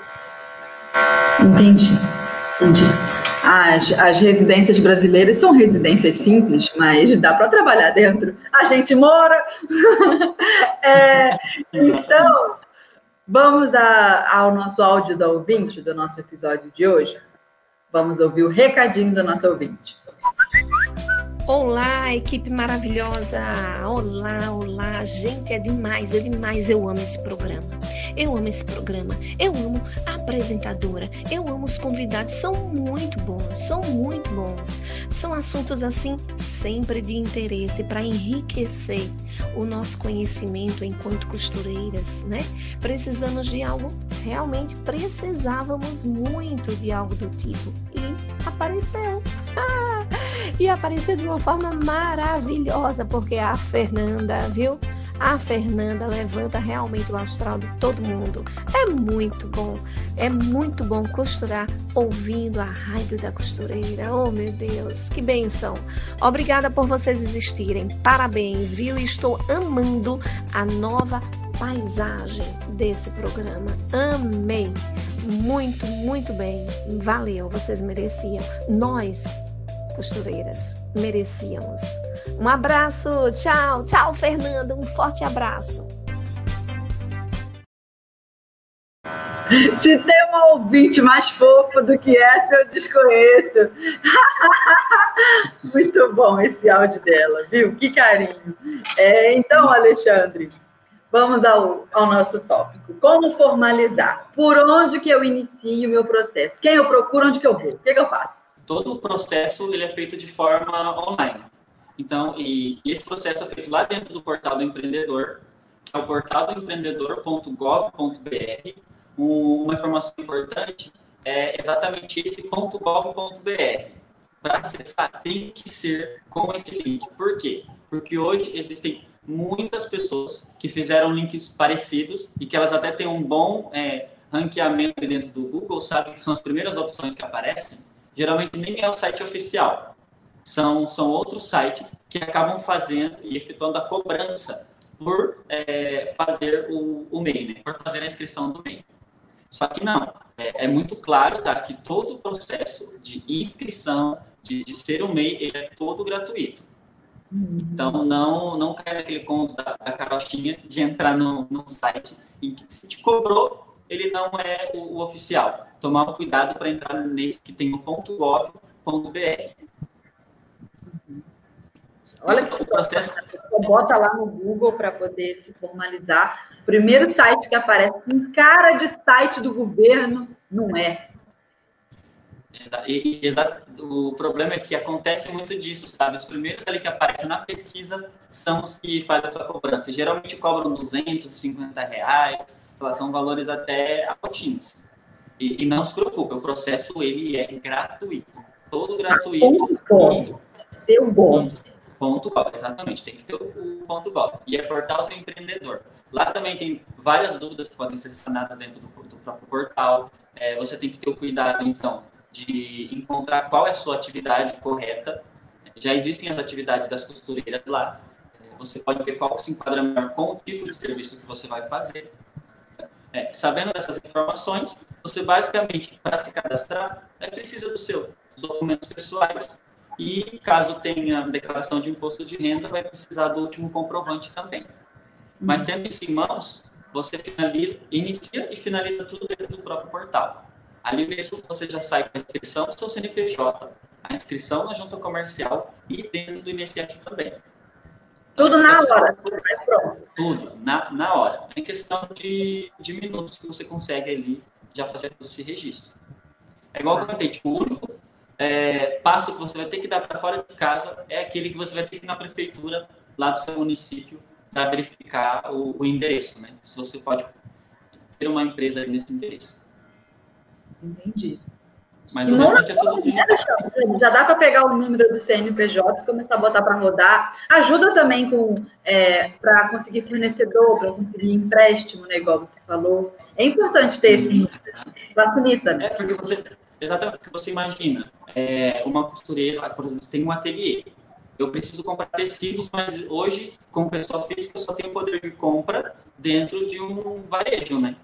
Entendi, entendi. As, as residências brasileiras são residências simples, mas dá para trabalhar dentro. A gente mora. é, então... Vamos a, ao nosso áudio da ouvinte, do nosso episódio de hoje. Vamos ouvir o recadinho do nosso ouvinte. Olá, equipe maravilhosa! Olá, olá! Gente, é demais, é demais. Eu amo esse programa. Eu amo esse programa. Eu amo a apresentadora. Eu amo os convidados. São muito bons, são muito bons. São assuntos, assim, sempre de interesse para enriquecer o nosso conhecimento enquanto costureiras, né? Precisamos de algo, realmente precisávamos muito de algo do tipo. E apareceu. E apareceu de uma forma maravilhosa, porque a Fernanda, viu? A Fernanda levanta realmente o astral de todo mundo. É muito bom, é muito bom costurar ouvindo a Rádio da Costureira. Oh, meu Deus, que bênção. Obrigada por vocês existirem. Parabéns, viu? Estou amando a nova paisagem desse programa. Amei. Muito, muito bem. Valeu, vocês mereciam. Nós, costureiras, merecíamos. Um abraço, tchau, tchau, Fernanda, um forte abraço. Se tem uma ouvinte mais fofa do que essa, eu desconheço. Muito bom esse áudio dela, viu? Que carinho. É, então, Alexandre, vamos ao, ao nosso tópico. Como formalizar? Por onde que eu inicio o meu processo? Quem eu procuro, onde que eu vou? O que, que eu faço? Todo o processo ele é feito de forma online. Então, e, e esse processo é feito lá dentro do portal do empreendedor, que é o portal do empreendedor ponto gov ponto br. Um, uma informação importante é exatamente esse .gov ponto br. Para acessar, tem que ser com esse link. Por quê? Porque hoje existem muitas pessoas que fizeram links parecidos e que elas até têm um bom é, ranqueamento dentro do Google, sabem que são as primeiras opções que aparecem. Geralmente nem é o site oficial, são, são outros sites que acabam fazendo e efetuando a cobrança por é, fazer o, o M E I, né? Por fazer a inscrição do M E I. Só que não, é, é muito claro, tá, que todo o processo de inscrição, de, de ser um M E I, ele é todo gratuito. Então, não, não cai naquele conto da, da carochinha de entrar no, no site em que se te cobrou, ele não é o, o oficial. Tomar cuidado para entrar nesse que tem o .gov ponto br. Olha que então, o processo... bota lá no Google para poder se formalizar. O primeiro site que aparece com cara de site do governo, não é. E, e, o problema é que acontece muito disso, sabe? Os primeiros ali que aparecem na pesquisa são os que fazem essa cobrança. Geralmente cobram duzentos e cinquenta reais, são valores até altinhos. E, e não se preocupe, o processo ele é gratuito, todo gratuito. Tem um bom. Ponto .gov, exatamente, tem que ter o ponto .gov. E é portal do empreendedor. Lá também tem várias dúvidas que podem ser sanadas dentro do, do próprio portal. É, você tem que ter o cuidado, então, de encontrar qual é a sua atividade correta. Já existem as atividades das costureiras lá. Você pode ver qual se enquadra melhor com o tipo de serviço que você vai fazer. É, sabendo dessas informações, você basicamente, para se cadastrar, é, precisa dos seus documentos pessoais e, caso tenha declaração de imposto de renda, vai precisar do último comprovante também. Mas, tendo isso em mãos, você finaliza, inicia e finaliza tudo dentro do próprio portal. Ali mesmo você já sai com a inscrição do seu C N P J, a inscrição na junta comercial e dentro do I N S S também. Tudo na hora. Tudo, na, na hora. É questão de, de minutos que você consegue ali já fazer todo esse registro. É igual eu comentei, tipo, o único é, passo que você vai ter que dar para fora de casa é aquele que você vai ter que ir na prefeitura lá do seu município para verificar o, o endereço, né? Se você pode ter uma empresa ali nesse endereço. Entendi. Mas o restante é tudo digital. Já dá para pegar o número do C N P J e começar a botar para rodar. Ajuda também com é, para conseguir fornecedor, para conseguir empréstimo, né, igual você falou. É importante ter esse número. Facilita, né? É, porque você, exatamente, porque você imagina, é, uma costureira, por exemplo, tem um ateliê. Eu preciso comprar tecidos, mas hoje, como pessoa física, eu só tenho poder de compra dentro de um varejo, né?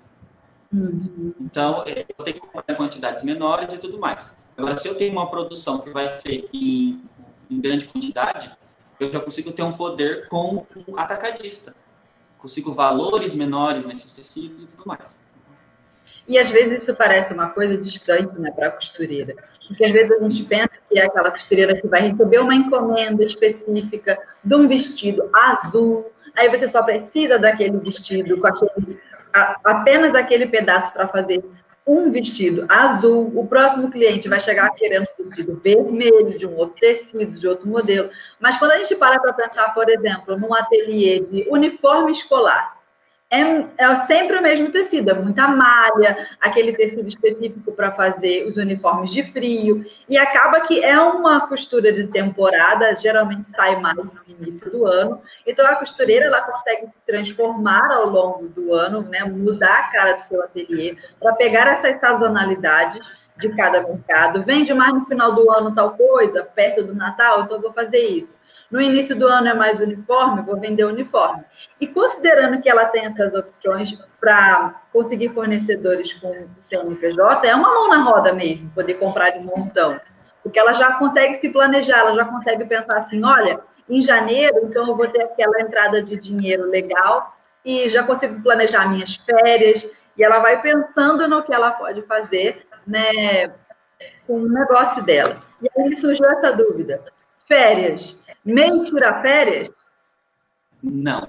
Uhum. Então, eu tenho que comprar em quantidades menores e tudo mais. Agora, se eu tenho uma produção que vai ser em, em grande quantidade, eu já consigo ter um poder com um atacadista. Consigo valores menores nesses tecidos e tudo mais. E às vezes isso parece uma coisa distante, né, para a costureira. Porque às vezes a gente pensa que é aquela costureira que vai receber uma encomenda específica de um vestido azul, aí você só precisa daquele vestido, com aquele, a, apenas aquele pedaço para fazer um vestido azul. O próximo cliente vai chegar querendo um vestido vermelho, de um outro tecido, de outro modelo. Mas quando a gente para para pensar, por exemplo, num ateliê de uniforme escolar, É, é sempre o mesmo tecido, é muita malha, aquele tecido específico para fazer os uniformes de frio, e acaba que é uma costura de temporada, geralmente sai mais no início do ano, então a costureira ela consegue se transformar ao longo do ano, né, mudar a cara do seu ateliê, para pegar essas sazonalidades de cada mercado. Vende mais no final do ano tal coisa, perto do Natal, então eu vou fazer isso. No início do ano é mais uniforme, vou vender uniforme. E considerando que ela tem essas opções para conseguir fornecedores com C N P J, é uma mão na roda mesmo, poder comprar de montão. Porque ela já consegue se planejar, ela já consegue pensar assim, olha, em janeiro, então eu vou ter aquela entrada de dinheiro legal e já consigo planejar minhas férias. E ela vai pensando no que ela pode fazer, né, com o negócio dela. E aí me surgiu essa dúvida. Férias. M E I tira férias? Não.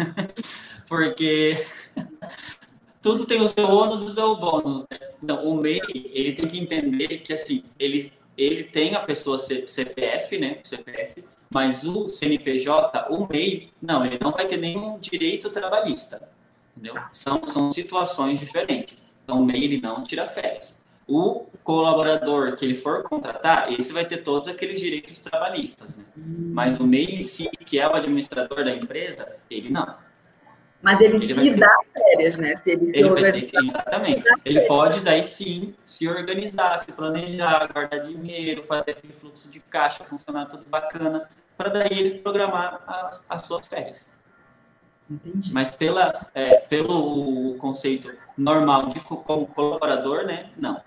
Porque tudo tem o seu ônus e o seu bônus, né? Então, o M E I, ele tem que entender que, assim, ele, ele tem a pessoa C P F, né? C P F, mas o C N P J, o M E I, não, ele não vai ter nenhum direito trabalhista, entendeu? São, são situações diferentes. Então, o M E I, ele não tira férias. O colaborador que ele for contratar, esse vai ter todos aqueles direitos trabalhistas, né? Mas o M E I em si, que é o administrador da empresa, ele não. Mas ele, ele se dá ter... férias, né? Se ele, ele se vai ter, exatamente. Ele pode, daí sim, se organizar, se planejar, guardar dinheiro, fazer aquele fluxo de caixa, funcionar tudo bacana, para daí ele programar as, as suas férias. Entendi. Mas pela, é, pelo conceito normal de como colaborador, né? Não.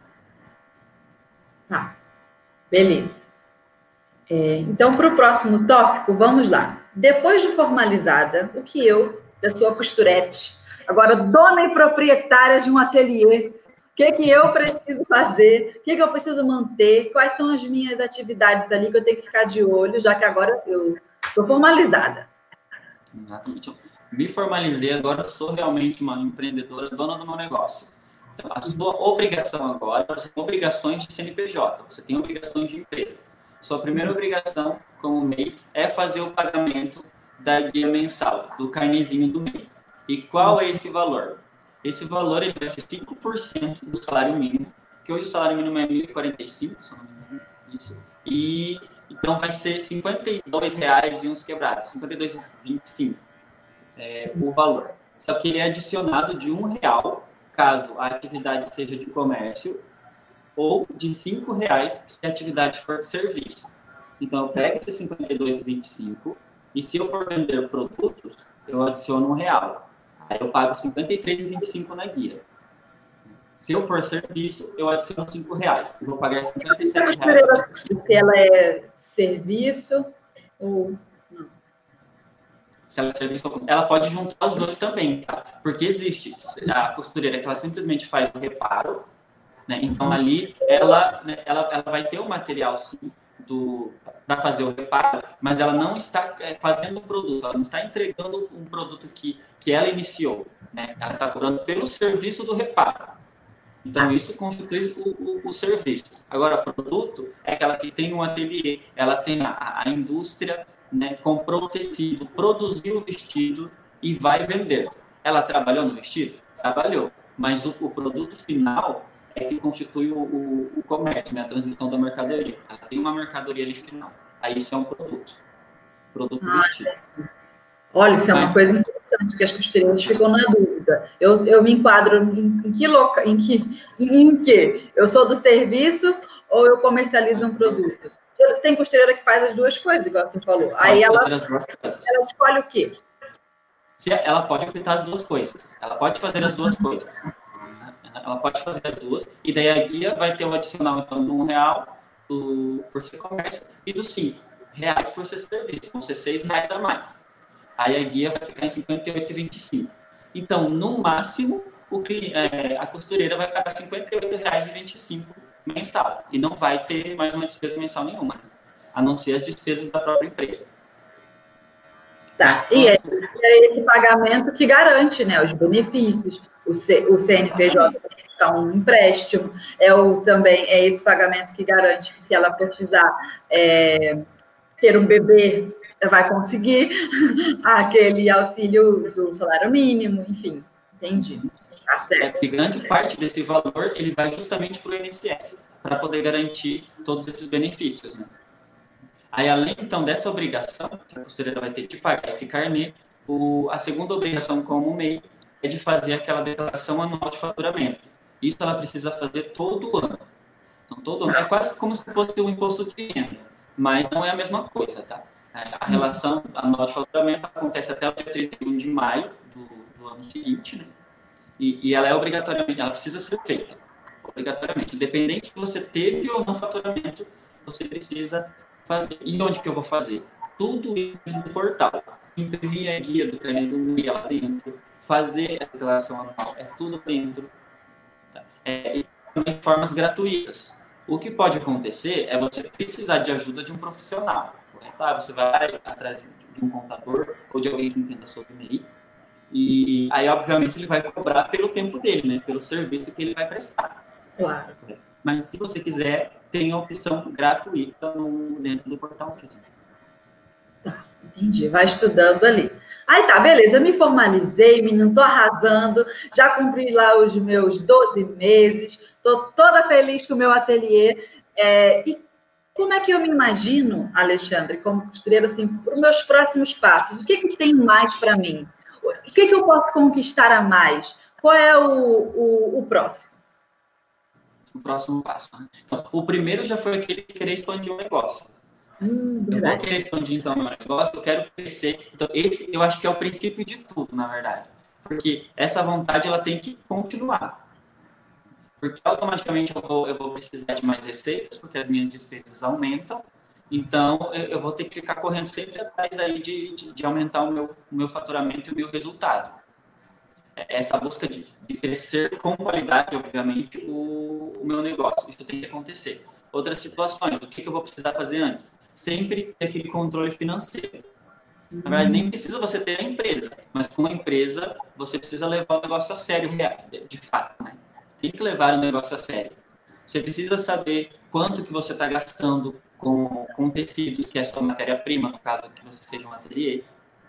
Tá, beleza. É, então, para o próximo tópico, vamos lá. Depois de formalizada, o que eu, pessoa costurete, agora dona e proprietária de um ateliê, o que, que eu preciso fazer, o que, que eu preciso manter, quais são as minhas atividades ali que eu tenho que ficar de olho, já que agora eu estou formalizada. Exatamente. Me formalizei, agora sou realmente uma empreendedora, dona do meu negócio. Então, a sua obrigação agora, você tem obrigações de C N P J, você tem obrigações de empresa. Sua primeira obrigação como M E I é fazer o pagamento da guia mensal, do carnezinho do M E I. E qual é esse valor? Esse valor ele vai ser cinco por cento do salário mínimo, que hoje o salário mínimo é mil e quarenta e cinco, se não me engano, isso. E então vai ser cinquenta e dois reais e uns quebrados, cinquenta e dois reais e vinte e cinco centavos é, o valor. Só que ele é adicionado de um real caso a atividade seja de comércio, ou de cinco reais se a atividade for de serviço. Então, eu pego esses cinquenta e dois reais e vinte e cinco centavos e se eu for vender produtos, eu adiciono um real. Aí eu pago cinquenta e três reais e vinte e cinco centavos na guia. Se eu for serviço, eu adiciono cinco reais. Eu vou pagar cinquenta e sete reais. Se ela é serviço ou... Se ela é serviço, ela pode juntar os dois também, tá? Porque existe a costureira que ela simplesmente faz o reparo, né? Então ali ela, né, ela, ela vai ter o material sim para fazer o reparo, mas ela não está fazendo o produto, ela não está entregando um produto que, que ela iniciou, né? Ela está cobrando pelo serviço do reparo. Então isso constitui o, o, o serviço. Agora, o produto é aquela que tem um ateliê, ela tem a, a indústria, né, comprou o tecido, produziu o vestido e vai vender. Ela trabalhou no vestido? Trabalhou. Mas o, o produto final é que constitui o, o, o comércio, né, a transição da mercadoria. Ela tem uma mercadoria ali final. Aí isso é um produto. Produto ah, vestido. Olha, isso é uma Mas, coisa interessante, que as costureiras ficam na dúvida. Eu, eu me enquadro em, em que local, em que, em, em que? Eu sou do serviço ou eu comercializo um produto? Tem costureira que faz as duas coisas, igual você falou. Aí ela, ela escolhe o quê? Se ela pode optar as duas coisas. Ela pode fazer as duas coisas. Ela pode fazer as duas. E daí a guia vai ter o adicional, então, do um real do, por ser comércio e dos cinco reais por ser serviço. Vão ser seis reais a mais. Aí a guia vai ficar em cinquenta e oito reais e vinte e cinco centavos. Então, no máximo, o que, é, a costureira vai pagar cinquenta e oito reais e vinte e cinco centavos mensal. E não vai ter mais uma despesa mensal nenhuma, a não ser as despesas da própria empresa. Tá, Mas, e é, é esse pagamento que garante, né, os benefícios, o, C, o C N P J é um empréstimo, é o, também é esse pagamento que garante que se ela precisar é, ter um bebê, vai conseguir aquele auxílio do salário mínimo, enfim, entendi. Tá certo. É, e grande parte desse valor, ele vai justamente para o I N S S, para poder garantir todos esses benefícios, né? Aí, além, então, dessa obrigação, que a costureira vai ter de pagar esse carnê, o, a segunda obrigação como M E I é de fazer aquela declaração anual de faturamento. Isso ela precisa fazer todo ano. Então, todo ano é quase como se fosse um imposto de renda, mas não é a mesma coisa, tá? A relação anual de faturamento acontece até o dia trinta e um de maio do, do ano seguinte, né? E, e ela é obrigatoriamente, ela precisa ser feita, obrigatoriamente. Independente se você teve ou não faturamento, você precisa fazer. E onde que eu vou fazer? Tudo isso no portal. Imprimir a guia do carnê do M E I lá dentro, fazer a declaração anual, é tudo dentro. Tá? É, e também formas gratuitas. O que pode acontecer é você precisar de ajuda de um profissional. Tá? Você vai atrás de um contador ou de alguém que entenda sobre M E I. E aí, obviamente, ele vai cobrar pelo tempo dele, né? Pelo serviço que ele vai prestar. Claro. Mas, se você quiser, tem a opção gratuita no, dentro do portal mesmo. Tá, entendi. Vai estudando ali. Aí tá, beleza. Eu me formalizei, menino, tô arrasando. Já cumpri lá os meus doze meses. Tô toda feliz com o meu ateliê. É, e como é que eu me imagino, Alexandre, como costureira, assim, para os meus próximos passos? O que, que tem mais para mim? O que, que eu posso conquistar a mais? Qual é o, o, o próximo? O próximo passo. Né? Então, o primeiro já foi aquele de querer expandir o negócio. Hum, eu vou querer expandir, então, o meu negócio, eu quero crescer. Então, esse eu acho que é o princípio de tudo, na verdade. Porque essa vontade, ela tem que continuar. Porque automaticamente eu vou, eu vou precisar de mais receitas, porque as minhas despesas aumentam. Então, eu, eu vou ter que ficar correndo sempre atrás aí de, de, de aumentar o meu, o meu faturamento e o meu resultado. Essa busca de, de crescer com qualidade, obviamente, o, o meu negócio. Isso tem que acontecer. Outras situações, o que, que eu vou precisar fazer antes? Sempre ter aquele controle financeiro. Na verdade, nem precisa você ter a empresa, mas com a empresa, você precisa levar o negócio a sério, de fato, né? Tem que levar o negócio a sério. Você precisa saber quanto que você está gastando com, com tecidos, que é a sua matéria-prima, no caso que você seja um ateliê.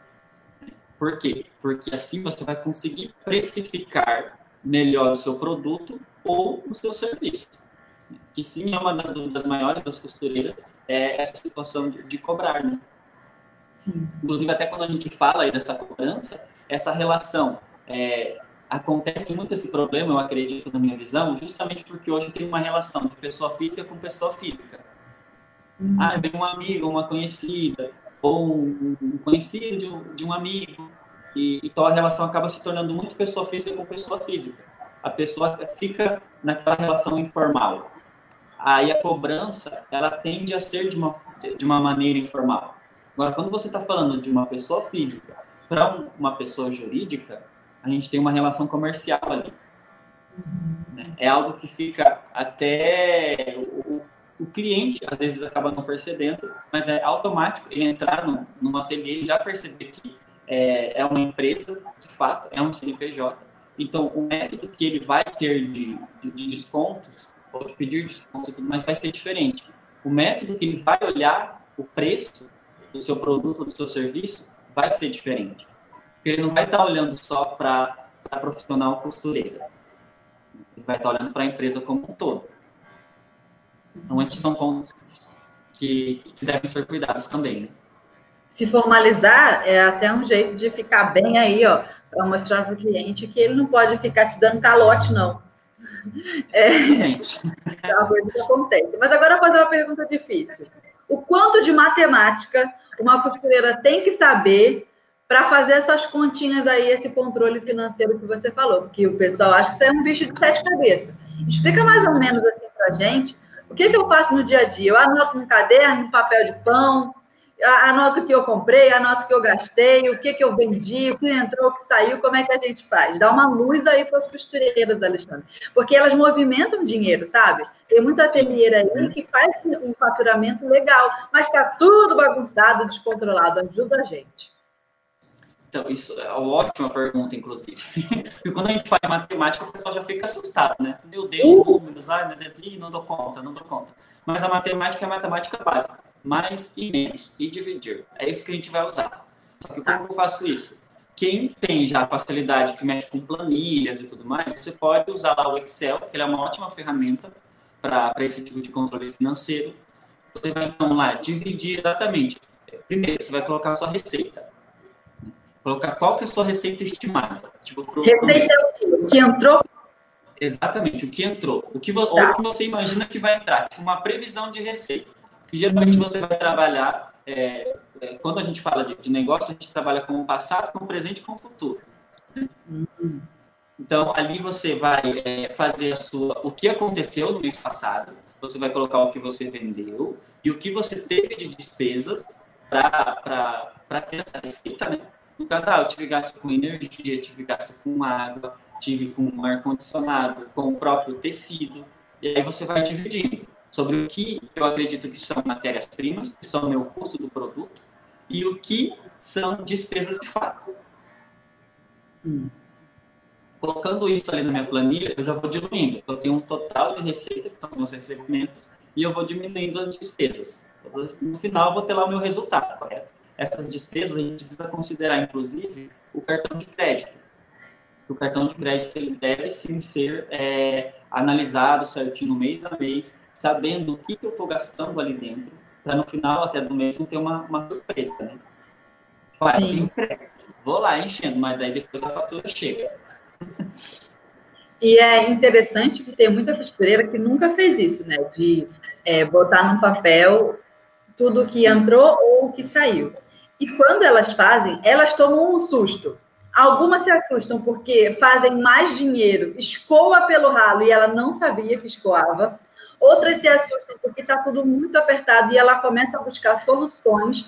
Por quê? Porque assim você vai conseguir precificar melhor o seu produto ou o seu serviço. Que sim, é uma das dúvidas maiores das costureiras, é essa situação de, de cobrar, né? Sim. Inclusive, até quando a gente fala aí dessa cobrança, essa relação... É, acontece muito esse problema, eu acredito, na minha visão, justamente porque hoje tem uma relação de pessoa física com pessoa física. Uhum. Ah, vem um amigo, uma conhecida, ou um, um conhecido de um, de um amigo, e então a relação acaba se tornando muito pessoa física com pessoa física. A pessoa fica naquela relação informal. Aí a cobrança, ela tende a ser de uma, de uma maneira informal. Agora, quando você está falando de uma pessoa física para um, uma pessoa jurídica, a gente tem uma relação comercial ali. Né? É algo que fica até... O, o cliente, às vezes, acaba não percebendo, mas é automático ele entrar no, num ateliê e já perceber que é, é uma empresa, de fato, é um C N P J. Então, o método que ele vai ter de, de, de descontos, ou de pedir descontos e tudo mais, vai ser diferente. O método que ele vai olhar o preço do seu produto, do seu serviço, vai ser diferente. Porque ele não vai estar olhando só para a profissional costureira. Ele vai estar olhando para a empresa como um todo. Então, esses são pontos que, que devem ser cuidados também, né? Se formalizar é até um jeito de ficar bem aí, ó, para mostrar para o cliente que ele não pode ficar te dando calote, não. É, é uma coisa que acontece. Mas agora eu vou fazer uma pergunta difícil. O quanto de matemática uma costureira tem que saber para fazer essas continhas aí, esse controle financeiro que você falou? Porque o pessoal acha que isso é um bicho de sete cabeças. Explica mais ou menos assim para a gente, o que, que eu faço no dia a dia? Eu anoto no caderno, no papel de pão, Anoto o que eu comprei, anoto o que eu gastei, o que, que eu vendi, o que entrou, o que saiu, como é que a gente faz? Dá uma luz aí para as costureiras, Alexandre. Porque elas movimentam dinheiro, sabe? Tem muita ateliê aí que faz um faturamento legal, mas está tudo bagunçado, descontrolado. Ajuda a gente. Então, isso é uma ótima pergunta, inclusive. Porque quando a gente faz matemática, o pessoal já fica assustado, né? Meu Deus, números, ai, meu Deus, não dou conta, não dou conta. Mas a matemática é a matemática básica. Mais e menos, e dividir. É isso que a gente vai usar. Só que como eu faço isso? Quem tem já a facilidade que mexe com planilhas e tudo mais, você pode usar lá o Excel, que ele é uma ótima ferramenta para esse tipo de controle financeiro. Você vai, então, lá dividir exatamente. Primeiro, você vai colocar a sua receita. Colocar qual que é a sua receita estimada. Tipo, pro, receita é o que entrou? Exatamente, o que entrou. O que, tá. Ou o que você imagina que vai entrar. Tipo, uma previsão de receita. Que geralmente você vai trabalhar, é, é, quando a gente fala de, de negócio, a gente trabalha com o passado, com o presente e com o futuro. Então, ali você vai é, fazer a sua, o que aconteceu no mês passado, você vai colocar o que você vendeu e o que você teve de despesas para ter essa receita, né? No caso, ah, eu tive gasto com energia, tive gasto com água, tive com ar-condicionado, com o próprio tecido, e aí você vai dividindo sobre o que eu acredito que são matérias-primas, que são o meu custo do produto, e o que são despesas de fato. Hum. Colocando isso ali na minha planilha, eu já vou diminuindo. Eu tenho um total de receita, que são os meus recebimentos, e eu vou diminuindo as despesas. No final, eu vou ter lá o meu resultado, correto? Essas despesas, a gente precisa considerar, inclusive, o cartão de crédito. O cartão de crédito ele deve, sim, ser é, analisado certinho mês a mês, sabendo o que, que eu estou gastando ali dentro, para no final até do mês não ter uma, uma surpresa, né? Olha, eu tenho crédito, vou lá enchendo, mas daí depois a fatura chega. E é interessante que tem muita costureira que nunca fez isso, né? De é, botar num papel tudo que entrou ou o que saiu. E quando elas fazem, elas tomam um susto. Algumas se assustam porque fazem mais dinheiro, escoa pelo ralo e ela não sabia que escoava. Outras se assustam porque está tudo muito apertado e ela começa a buscar soluções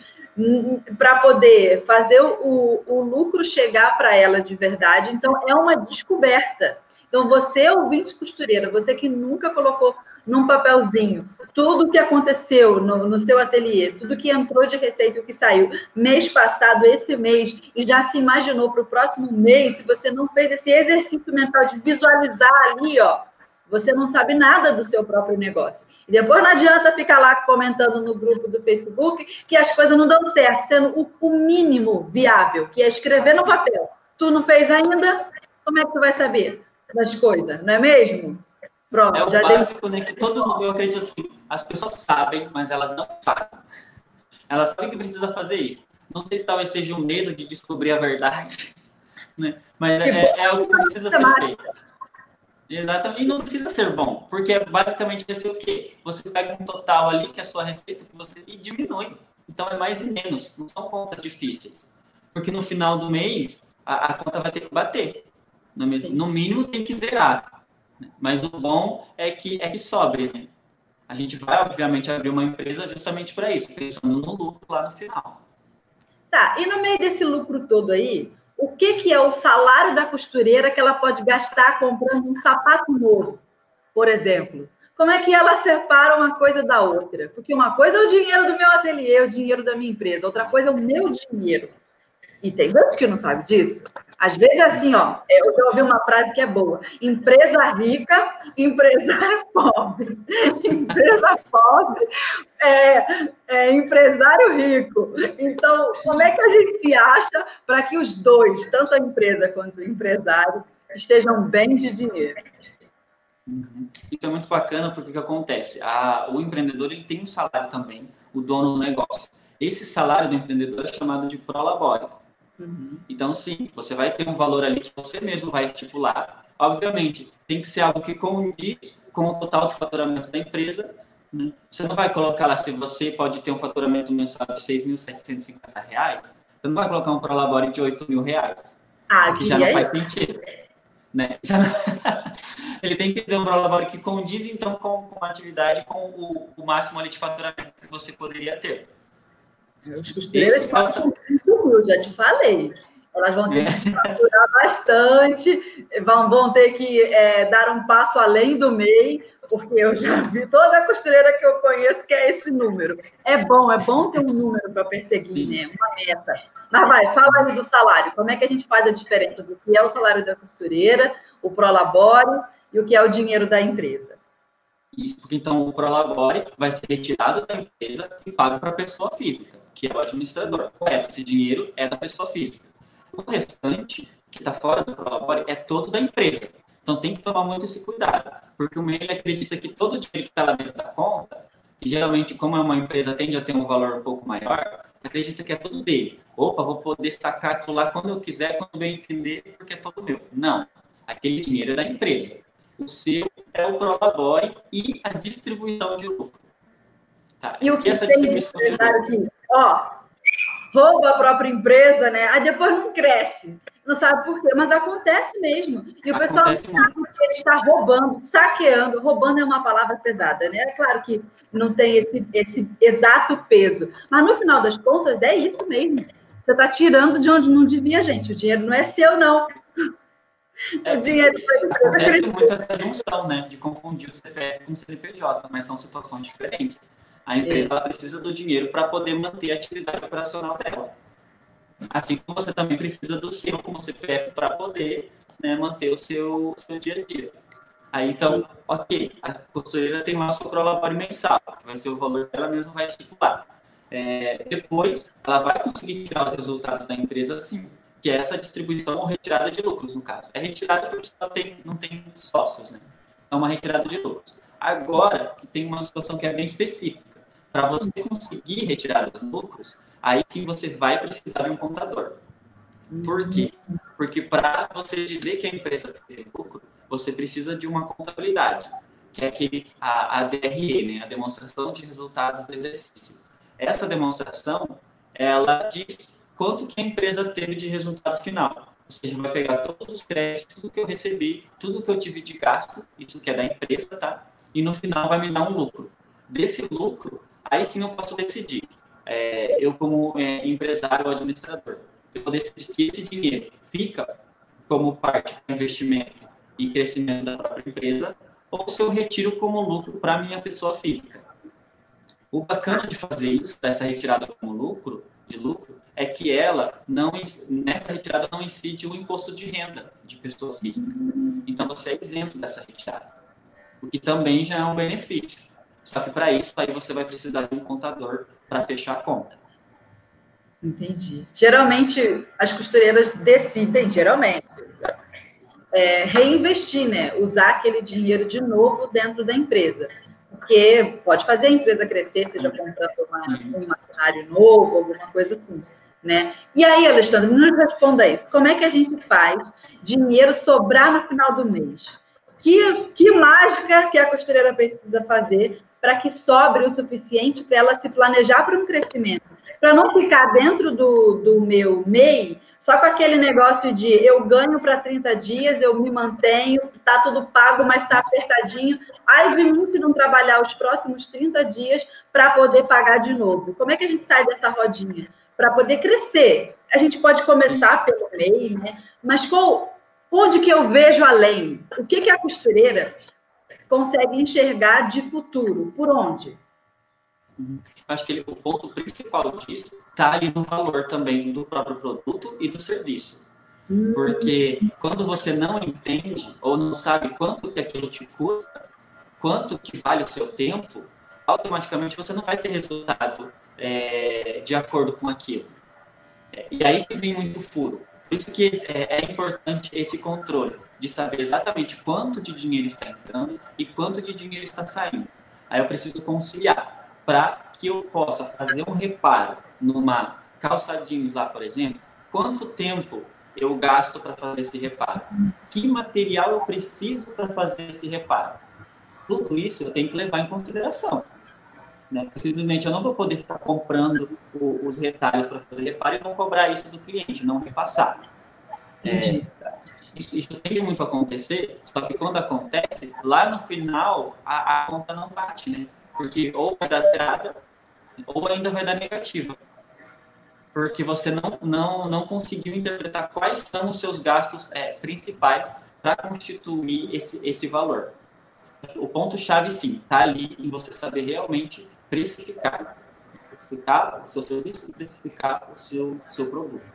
para poder fazer o, o lucro chegar para ela de verdade. Então, é uma descoberta. Então, você, ouvinte costureira, você que nunca colocou num papelzinho tudo o que aconteceu no, no seu ateliê, tudo que entrou de receita e o que saiu mês passado, esse mês, e já se imaginou para o próximo mês, se você não fez esse exercício mental de visualizar ali, ó, você não sabe nada do seu próprio negócio. E depois não adianta ficar lá comentando no grupo do Facebook que as coisas não dão certo, sendo o, o mínimo viável, que é escrever no papel. Tu não fez ainda? Como é que tu vai saber das coisas, não é mesmo? Pronto, é o já básico, dei... né? Que todo mundo, eu acredito assim, as pessoas sabem, mas elas não fazem. Elas sabem que precisa fazer isso. Não sei se talvez seja o medo de descobrir a verdade, né? Mas é, é, é o que precisa ser feito. Exatamente, e não precisa ser bom, porque basicamente esse é o quê? Você pega um total ali, que é a sua receita, que você e diminui. Então é mais e menos, não são contas difíceis. Porque no final do mês, a, a conta vai ter que bater. No, no mínimo tem que zerar. Mas o bom é que, é que sobre, né? A gente vai, obviamente, abrir uma empresa justamente para isso, pensando no lucro lá no final. Tá, e no meio desse lucro todo aí, o que, que é o salário da costureira que ela pode gastar comprando um sapato novo, por exemplo? Como é que ela separa uma coisa da outra? Porque uma coisa é o dinheiro do meu ateliê, o dinheiro da minha empresa, outra coisa é o meu dinheiro. E tem gente que não sabe disso. Às vezes, assim, ó, eu já ouvi uma frase que é boa. Empresa rica, empresário pobre. Empresa pobre, é, é empresário rico. Então, como é que a gente se acha para que os dois, tanto a empresa quanto o empresário, estejam bem de dinheiro? Uhum. Isso é muito bacana porque o que acontece? A, o empreendedor ele tem um salário também, o dono do negócio. Esse salário do empreendedor é chamado de prolabore. Uhum. Então, sim, você vai ter um valor ali que você mesmo vai estipular. Obviamente, tem que ser algo que condiz com o total de faturamento da empresa. Né? Você não vai colocar lá, se você pode ter um faturamento mensal de seis mil setecentos e cinquenta reais, você não vai colocar um prolabore de oito mil reais. Ah, que já não faz sentido. Né? Já não... Ele tem que ter um prolabore que condiz, então, com, com a atividade, com o, o máximo ali de faturamento que você poderia ter. Os costureiras passam muito, já te falei. Elas vão ter que faturar bastante, vão, vão ter que é, dar um passo além do M E I, porque eu já vi toda a costureira que eu conheço que é esse número. É bom, é bom ter um número para perseguir, né? Uma meta. Mas vai, fala aí do salário. Como é que a gente faz a diferença do que é o salário da costureira, o Prolabore e o que é o dinheiro da empresa? Isso, porque então o Prolabore vai ser retirado da empresa e pago para a pessoa física, que é o administrador. Correto, esse dinheiro é da pessoa física. O restante, que está fora do Prolabore, é todo da empresa. Então tem que tomar muito esse cuidado, porque o M E I acredita que todo o dinheiro que está lá dentro da conta, e geralmente, como é uma empresa, tende a ter um valor um pouco maior, acredita que é tudo dele. Opa, vou poder sacar aquilo lá quando eu quiser, quando eu entender, porque é todo meu. Não, aquele dinheiro é da empresa. O seu é o Prolabore e a distribuição de lucro. Tá? E o que essa distribuição de lucro? Aqui? Ó, rouba a própria empresa, né? Aí depois não cresce. Não sabe por quê, mas acontece mesmo. E o pessoal não sabe que ele está roubando, saqueando. Roubando é uma palavra pesada, né? É claro que não tem esse, esse exato peso. Mas no final das contas é isso mesmo. Você está tirando de onde não devia, gente. O dinheiro não é seu, não. É, o dinheiro acontece muito essa junção, né? De confundir o C P F com o C N P J, mas são situações diferentes. A empresa ela precisa do dinheiro para poder manter a atividade operacional dela. Assim como você também precisa do seu como C P F para poder, né, manter o seu, seu dia a dia. Aí, então, ok, a costureira tem lá o seu Prolabore mensal, que vai ser o valor que ela mesma vai estipular. É, depois, ela vai conseguir tirar os resultados da empresa, sim, que é essa distribuição ou retirada de lucros, no caso. É retirada porque ela tem, não tem sócios, né? É uma retirada de lucros. Agora, que tem uma situação que é bem específica. Para você conseguir retirar os lucros, aí sim você vai precisar de um contador. Por quê? Porque para você dizer que a empresa tem lucro, você precisa de uma contabilidade, que é aquele, a, a D R E, né? A demonstração de resultados do exercício. Essa demonstração, ela diz quanto que a empresa teve de resultado final. Ou seja, vai pegar todos os créditos, tudo que eu recebi, tudo que eu tive de gasto, isso que é da empresa, tá? E no final vai me dar um lucro. Desse lucro, aí sim eu posso decidir. É, eu, como é, empresário ou administrador, eu vou decidir se esse dinheiro fica como parte do investimento e crescimento da própria empresa ou se eu retiro como lucro para a minha pessoa física. O bacana de fazer isso, dessa retirada como lucro, de lucro, é que ela, não, nessa retirada, não incide o imposto de renda de pessoa física. Então, você é isento dessa retirada, o que também já é um benefício. Só que para isso, aí você vai precisar de um contador para fechar a conta. Entendi. Geralmente, as costureiras decidem, geralmente, é, reinvestir, né? Usar aquele dinheiro de novo dentro da empresa. Porque pode fazer a empresa crescer, seja comprando uma, um maquinário novo, alguma coisa assim, né? E aí, Alexandre, nos responda isso. Como é que a gente faz dinheiro sobrar no final do mês? Que, que mágica que a costureira precisa fazer para que sobre o suficiente para ela se planejar para um crescimento? Para não ficar dentro do, do meu M E I só com aquele negócio de eu ganho para trinta dias, eu me mantenho, está tudo pago, mas está apertadinho. Ai de mim se não trabalhar os próximos trinta dias para poder pagar de novo. Como é que a gente sai dessa rodinha? Para poder crescer. A gente pode começar pelo M E I, né? Mas qual, onde que eu vejo além? O que, que a costureira consegue enxergar de futuro? Por onde? Acho que ele, o ponto principal disso está ali no valor também do próprio produto e do serviço. Hum. Porque quando você não entende ou não sabe quanto que aquilo te custa, quanto que vale o seu tempo, automaticamente você não vai ter resultado é, de acordo com aquilo. É, e aí que vem muito furo. Por isso que é, é importante esse controle, de saber exatamente quanto de dinheiro está entrando e quanto de dinheiro está saindo. Aí eu preciso conciliar. Para que eu possa fazer um reparo numa calça jeans lá, por exemplo, quanto tempo eu gasto para fazer esse reparo? Que material eu preciso para fazer esse reparo? Tudo isso eu tenho que levar em consideração. Né? Simplesmente eu não vou poder ficar comprando o, os retalhos para fazer reparo e não cobrar isso do cliente, não repassar. É, isso, isso tem muito a acontecer, só que quando acontece, lá no final a, a conta não bate, né? Porque ou vai dar zerada, ou ainda vai dar negativa. porque você não, não, não conseguiu interpretar quais são os seus gastos é, principais para constituir esse, esse valor. O ponto-chave, sim, está ali em você saber realmente precificar, precificar o seu serviço e precificar o seu, seu produto.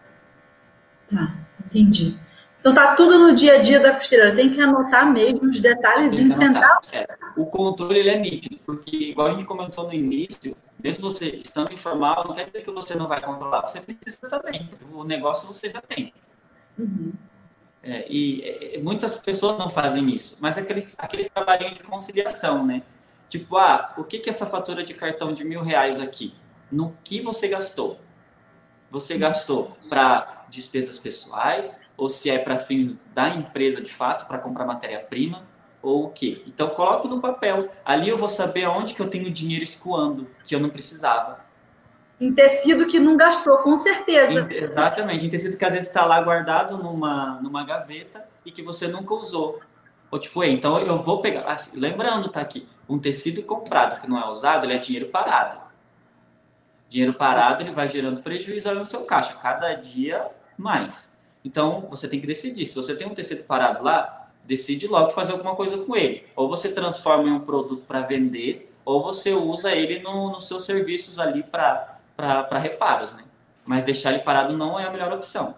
Tá, entendi. Então tá tudo no dia a dia da costureira, tem que anotar mesmo os detalhezinhos, sentar. É. O controle ele é nítido, porque igual a gente comentou no início, mesmo você estando informal, não quer dizer que você não vai controlar, você precisa também, o negócio você já tem. Uhum. É, e é, muitas pessoas não fazem isso, mas aquele, aquele trabalhinho de conciliação, né? Tipo, ah, o que que essa fatura de cartão de mil reais aqui? No que você gastou? Você gastou para despesas pessoais, ou se é para fins da empresa de fato, para comprar matéria-prima, ou o quê? Então, coloco no papel. Ali eu vou saber onde que eu tenho dinheiro escoando, que eu não precisava. Em tecido que não gastou, com certeza. Em, exatamente. Em tecido que às vezes está lá guardado numa, numa gaveta e que você nunca usou. Ou tipo, então eu vou pegar... Assim, lembrando, tá aqui, um tecido comprado que não é usado, ele é dinheiro parado. Dinheiro parado, ele vai gerando prejuízo ali no seu caixa, cada dia mais. Então, você tem que decidir. Se você tem um tecido parado lá, decide logo fazer alguma coisa com ele. Ou você transforma em um produto para vender, ou você usa ele no, nos seus serviços ali para reparos, né? Mas deixar ele parado não é a melhor opção.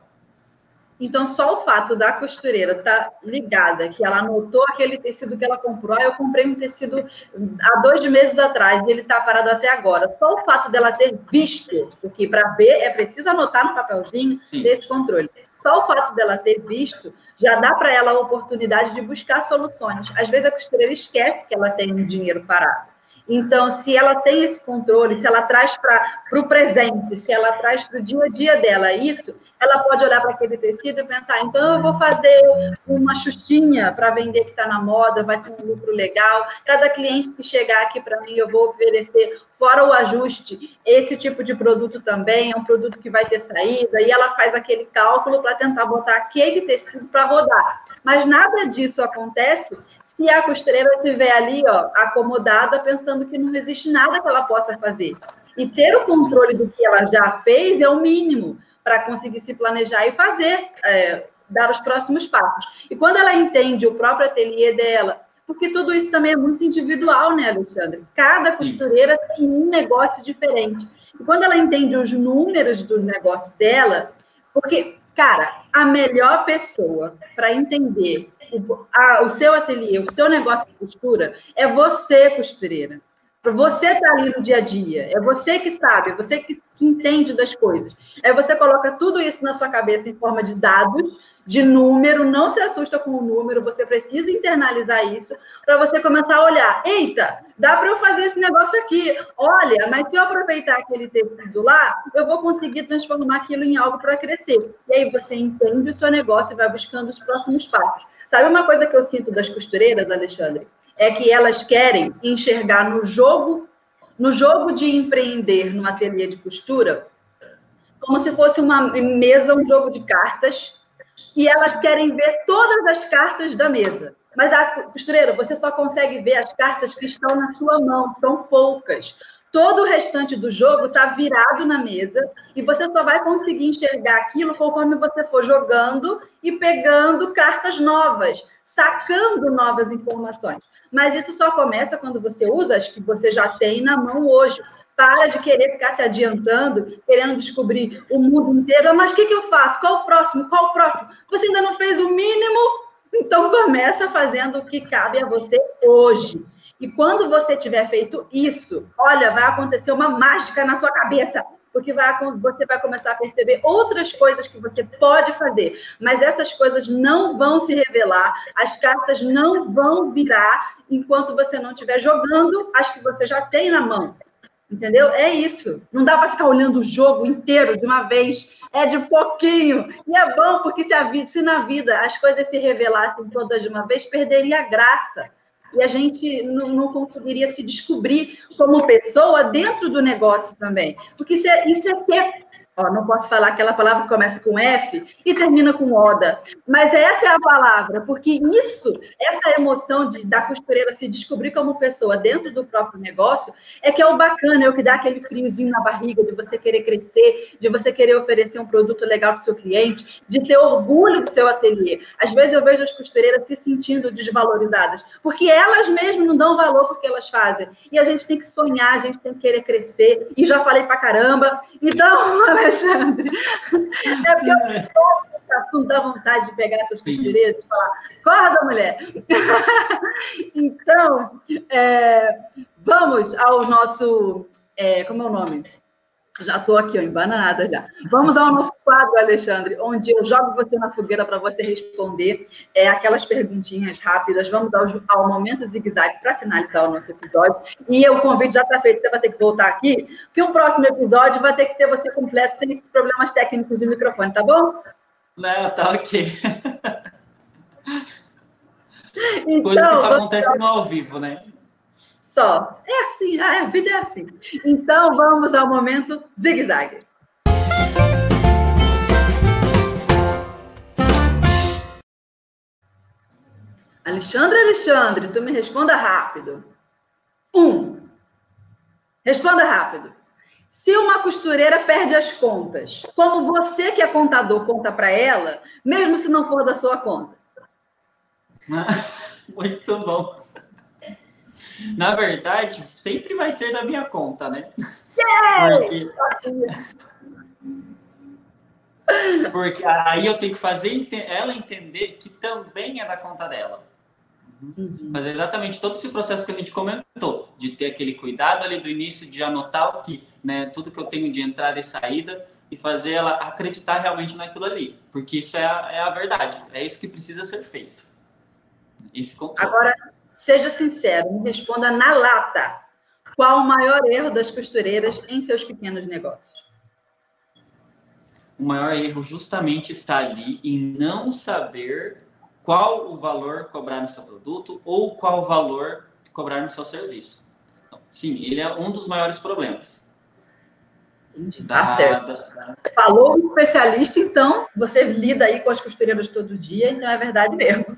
Então, só o fato da costureira estar ligada, que ela anotou aquele tecido que ela comprou, ah, eu comprei um tecido há dois meses atrás e ele está parado até agora. Só o fato dela ter visto, porque para ver é preciso anotar no papelzinho desse controle. Só o fato dela ter visto já dá para ela a oportunidade de buscar soluções. Às vezes a costureira esquece que ela tem um dinheiro parado. Então, se ela tem esse controle, se ela traz para o presente, se ela traz para o dia a dia dela isso, ela pode olhar para aquele tecido e pensar, então eu vou fazer uma xuxinha para vender que está na moda, vai ter um lucro legal. Cada cliente que chegar aqui para mim, eu vou oferecer, fora o ajuste, esse tipo de produto também, é um produto que vai ter saída, e ela faz aquele cálculo para tentar botar aquele tecido para rodar. Mas nada disso acontece se a costureira estiver ali, ó, acomodada, pensando que não existe nada que ela possa fazer. E ter o controle do que ela já fez é o mínimo para conseguir se planejar e fazer, é, dar os próximos passos. E quando ela entende o próprio ateliê dela, porque tudo isso também é muito individual, né, Alexandre? Cada costureira tem um negócio diferente. E quando ela entende os números do negócio dela, porque, cara, a melhor pessoa para entender O, a, o seu ateliê, o seu negócio de costura, é você, costureira. Você está ali no dia a dia. É você que sabe, é você que, que entende das coisas. Aí você coloca tudo isso na sua cabeça em forma de dados, de número, não se assusta com o número, você precisa internalizar isso para você começar a olhar. Eita, dá para eu fazer esse negócio aqui. Olha, mas se eu aproveitar aquele tecido lá, eu vou conseguir transformar aquilo em algo para crescer. E aí você entende o seu negócio e vai buscando os próximos passos. Sabe uma coisa que eu sinto das costureiras, Alexandre? É que elas querem enxergar no jogo, no jogo de empreender no ateliê de costura, como se fosse uma mesa, um jogo de cartas, e elas querem ver todas as cartas da mesa. Mas a costureira, você só consegue ver as cartas que estão na sua mão, são poucas. Todo o restante do jogo está virado na mesa e você só vai conseguir enxergar aquilo conforme você for jogando e pegando cartas novas, sacando novas informações. Mas isso só começa quando você usa as que você já tem na mão hoje. Para de querer ficar se adiantando, querendo descobrir o mundo inteiro. Mas o que, que eu faço? Qual o próximo? Qual o próximo? Você ainda não fez o mínimo? Então começa fazendo o que cabe a você hoje. E quando você tiver feito isso, olha, vai acontecer uma mágica na sua cabeça, porque vai, você vai começar a perceber outras coisas que você pode fazer. Mas essas coisas não vão se revelar, as cartas não vão virar enquanto você não estiver jogando as que você já tem na mão. Entendeu? É isso. Não dá para ficar olhando o jogo inteiro de uma vez. É de pouquinho. E é bom, porque se, a vida, se na vida as coisas se revelassem todas de uma vez, perderia a graça. E a gente não, não conseguiria se descobrir como pessoa dentro do negócio também. Porque isso é, isso é ter Ó, não posso falar aquela palavra que começa com F e termina com Oda. Mas essa é a palavra, porque isso, essa emoção de, da costureira se descobrir como pessoa dentro do próprio negócio, é que é o bacana, é o que dá aquele friozinho na barriga de você querer crescer, de você querer oferecer um produto legal para o seu cliente, de ter orgulho do seu ateliê. Às vezes eu vejo as costureiras se sentindo desvalorizadas, porque elas mesmas não dão valor porque elas fazem. E a gente tem que sonhar, a gente tem que querer crescer. E já falei pra caramba. Então... Alexandre, é porque eu esse assunto dá vontade de pegar essas costureiras e falar, acorda, mulher! Então, é, vamos ao nosso, é, como é o nome? Já estou aqui, ó, embananada já. Vamos ao nosso quadro, Alexandre, onde eu jogo você na fogueira para você responder é, aquelas perguntinhas rápidas. Vamos ao, ao momento zigue-zague para finalizar o nosso episódio. E o convite já está feito, você vai ter que voltar aqui, porque o próximo episódio vai ter que ter você completo, sem esses problemas técnicos do microfone, tá bom? Não, tá ok. Então, coisa que só acontece no ao vivo, né? Só. É assim, a vida é assim. Então, vamos ao momento zigue-zague. Alexandre, Alexandre, tu me responda rápido. Um. Responda rápido. Se uma costureira perde as contas, como você que é contador conta para ela, mesmo se não for da sua conta? Muito bom. Na verdade, sempre vai ser da minha conta, né? Porque... Porque aí eu tenho que fazer ela entender que também é da conta dela. Uhum. Mas é exatamente todo esse processo que a gente comentou, de ter aquele cuidado ali do início, de anotar o que, né, tudo que eu tenho de entrada e saída, e fazer ela acreditar realmente naquilo ali. Porque isso é a, é a verdade, é isso que precisa ser feito. Esse controle. Agora, seja sincero, me responda na lata. Qual o maior erro das costureiras em seus pequenos negócios? O maior erro justamente está ali em não saber qual o valor cobrar no seu produto ou qual o valor cobrar no seu serviço. Então, sim, ele é um dos maiores problemas. Entendi, da, tá certo. Da, da... Falou um especialista, então, você lida aí com as costureiras todo dia, então é verdade mesmo.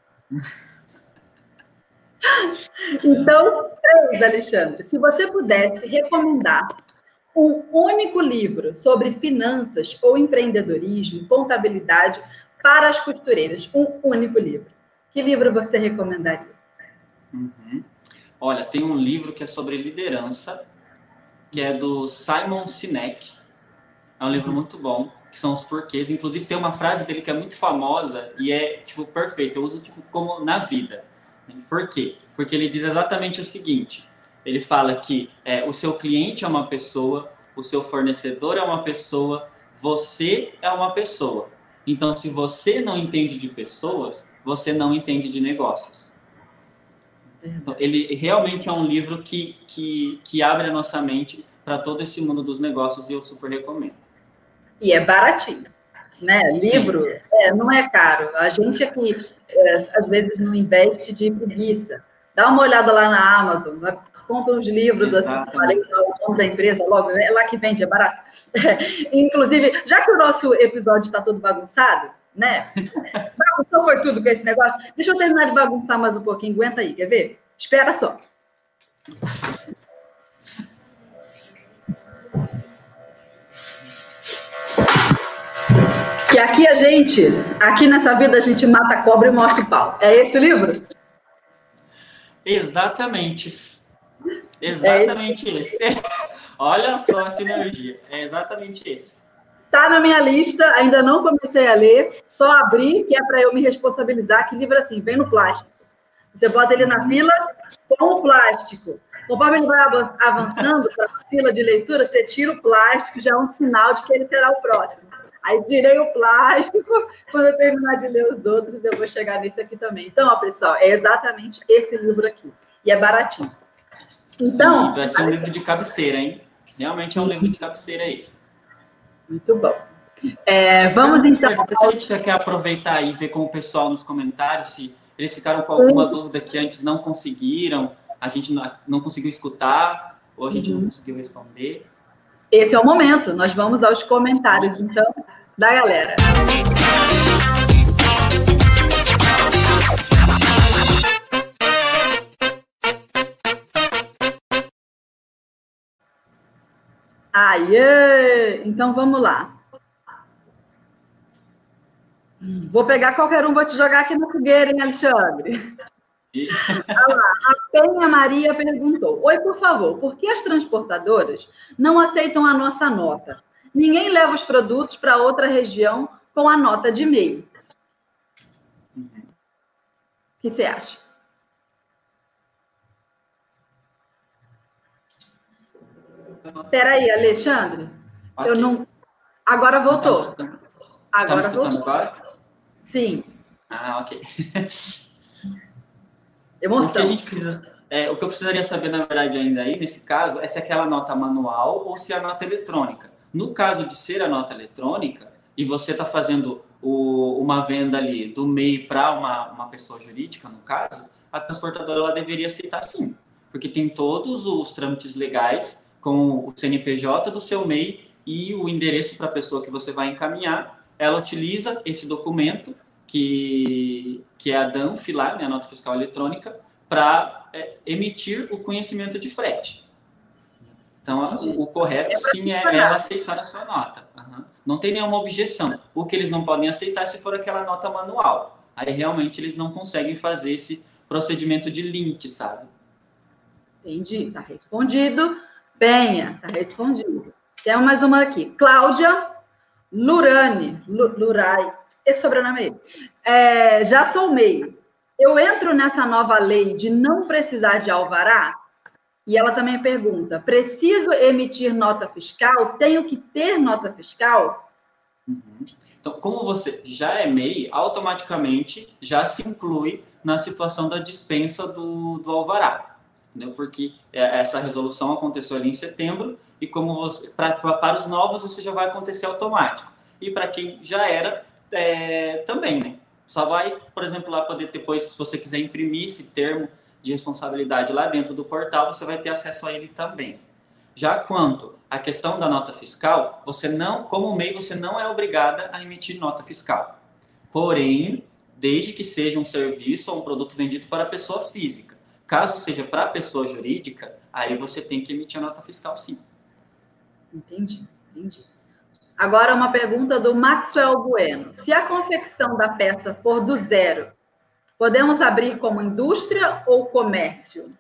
Então, três, Alexandre. Se você pudesse recomendar um único livro sobre finanças ou empreendedorismo, contabilidade para as costureiras, um único livro, que livro você recomendaria? Uhum. Olha, tem um livro que é sobre liderança, que é do Simon Sinek. É um livro muito bom, que são os porquês. Inclusive, tem uma frase dele que é muito famosa e é, tipo, perfeita. Eu uso, tipo, como na vida. Por quê? Porque ele diz exatamente o seguinte. Ele fala que é, o seu cliente é uma pessoa, o seu fornecedor é uma pessoa, você é uma pessoa. Então, se você não entende de pessoas, você não entende de negócios. Então, ele realmente é um livro que, que, que abre a nossa mente para todo esse mundo dos negócios e eu super recomendo. E é baratinho, né? Livro é, não é caro. A gente aqui, é, às vezes, não investe de preguiça. Dá uma olhada lá na Amazon, vai, compra uns livros, exatamente. Assim, falei, o nome da empresa, logo, é lá que vende, é barato. É, inclusive, já que o nosso episódio está todo bagunçado, né? Bagunçou por tudo com esse negócio. Deixa eu terminar de bagunçar mais um pouquinho, aguenta aí, quer ver? Espera só. Que aqui a gente, aqui nessa vida a gente mata a cobra e mostra o pau. É esse o livro? Exatamente. Exatamente é esse. esse. Olha só a sinergia. É exatamente esse. Tá na minha lista, ainda não comecei a ler, só abri, que é para eu me responsabilizar, que livro assim, vem no plástico. Você bota ele na fila com o plástico. Conforme ele vai avançando para a fila de leitura, você tira o plástico, já é um sinal de que ele será o próximo. Aí tirei o plástico, quando eu terminar de ler os outros, eu vou chegar nesse aqui também. Então, ó, pessoal, é exatamente esse livro aqui. E é baratinho. Então, sim, vai ser um livro de cabeceira, hein? Realmente é um livro de cabeceira esse. Muito bom. É, vamos então... Se a gente já quer aproveitar e ver com o pessoal nos comentários se eles ficaram com alguma sim. dúvida que antes não conseguiram, a gente não, não conseguiu escutar, ou a gente uhum. não conseguiu responder. esse é o momento. Nós vamos aos comentários, então, da galera. Aê! Então, vamos lá. Vou pegar qualquer um, vou te jogar aqui na fogueira, hein, Alexandre? Olha lá, a Penha Maria perguntou: oi, por favor, por que as transportadoras não aceitam a nossa nota? Ninguém leva os produtos para outra região com a nota de M E I. O que você acha? Espera aí, Alexandre. Okay. Eu não... Agora voltou. Agora tá voltou. Agora? Sim. Ah, ok. Emoção. O que a gente precisa, é, o que eu precisaria saber, na verdade, ainda aí, nesse caso, é se aquela nota manual ou se é a nota eletrônica. No caso de ser a nota eletrônica, e você está fazendo o, uma venda ali do M E I para uma, uma pessoa jurídica, no caso, a transportadora ela deveria aceitar sim, porque tem todos os trâmites legais com o C N P J do seu M E I e o endereço para a pessoa que você vai encaminhar. Ela utiliza esse documento, que, que é a D A N F lá, né, a nota fiscal eletrônica, para é, emitir o conhecimento de frete. Então, o, o correto, sim, é ela aceitar a sua nota. Uhum. Não tem nenhuma objeção. O que eles não podem aceitar é se for aquela nota manual. Aí, realmente, eles não conseguem fazer esse procedimento de link, sabe? Entendi. Está respondido. Penha, está respondido. Tem mais uma aqui. Cláudia Lurani. Lurai. Esse sobrenome aí. É, já sou M E I. Eu entro nessa nova lei de não precisar de alvará? E ela também pergunta, preciso emitir nota fiscal? Tenho que ter nota fiscal? Uhum. Então, como você já é M E I, automaticamente já se inclui na situação da dispensa do, do alvará. Entendeu? Porque essa resolução aconteceu ali em setembro e como você, pra, pra, para os novos isso já vai acontecer automático. E para quem já era, é, também, né? Só vai, por exemplo, lá poder depois, se você quiser imprimir esse termo de responsabilidade lá dentro do portal, você vai ter acesso a ele também. Já quanto à questão da nota fiscal, você não, como M E I, você não é obrigada a emitir nota fiscal. Porém, desde que seja um serviço ou um produto vendido para a pessoa física. Caso seja para a pessoa jurídica, aí você tem que emitir a nota fiscal, sim. Entendi, entendi. Agora uma pergunta do Maxwell Bueno. Se a confecção da peça for do zero, podemos abrir como indústria ou comércio?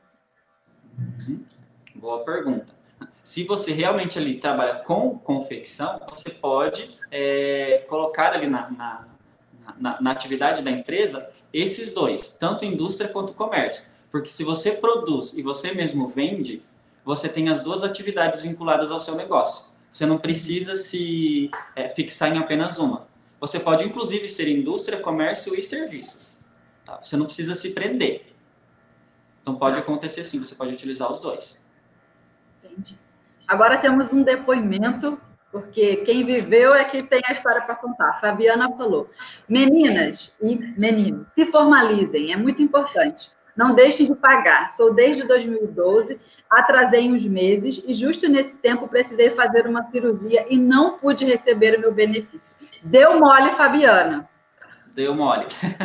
Uhum. Boa pergunta. Se você realmente ali trabalha com confecção, você pode é, colocar ali na, na, na, na atividade da empresa esses dois, tanto indústria quanto comércio. Porque se você produz e você mesmo vende, você tem as duas atividades vinculadas ao seu negócio. Você não precisa se é, fixar em apenas uma. Você pode, inclusive, ser indústria, comércio e serviços. Tá? Você não precisa se prender. Então, pode acontecer sim, você pode utilizar os dois. Entendi. Agora temos um depoimento, porque quem viveu é que tem a história para contar. A Fabiana falou, meninas e meninos, se formalizem, é muito importante. Não deixem de pagar. Sou desde dois mil e doze, atrasei uns meses e justo nesse tempo precisei fazer uma cirurgia e não pude receber o meu benefício. Deu mole, Fabiana. Deu mole.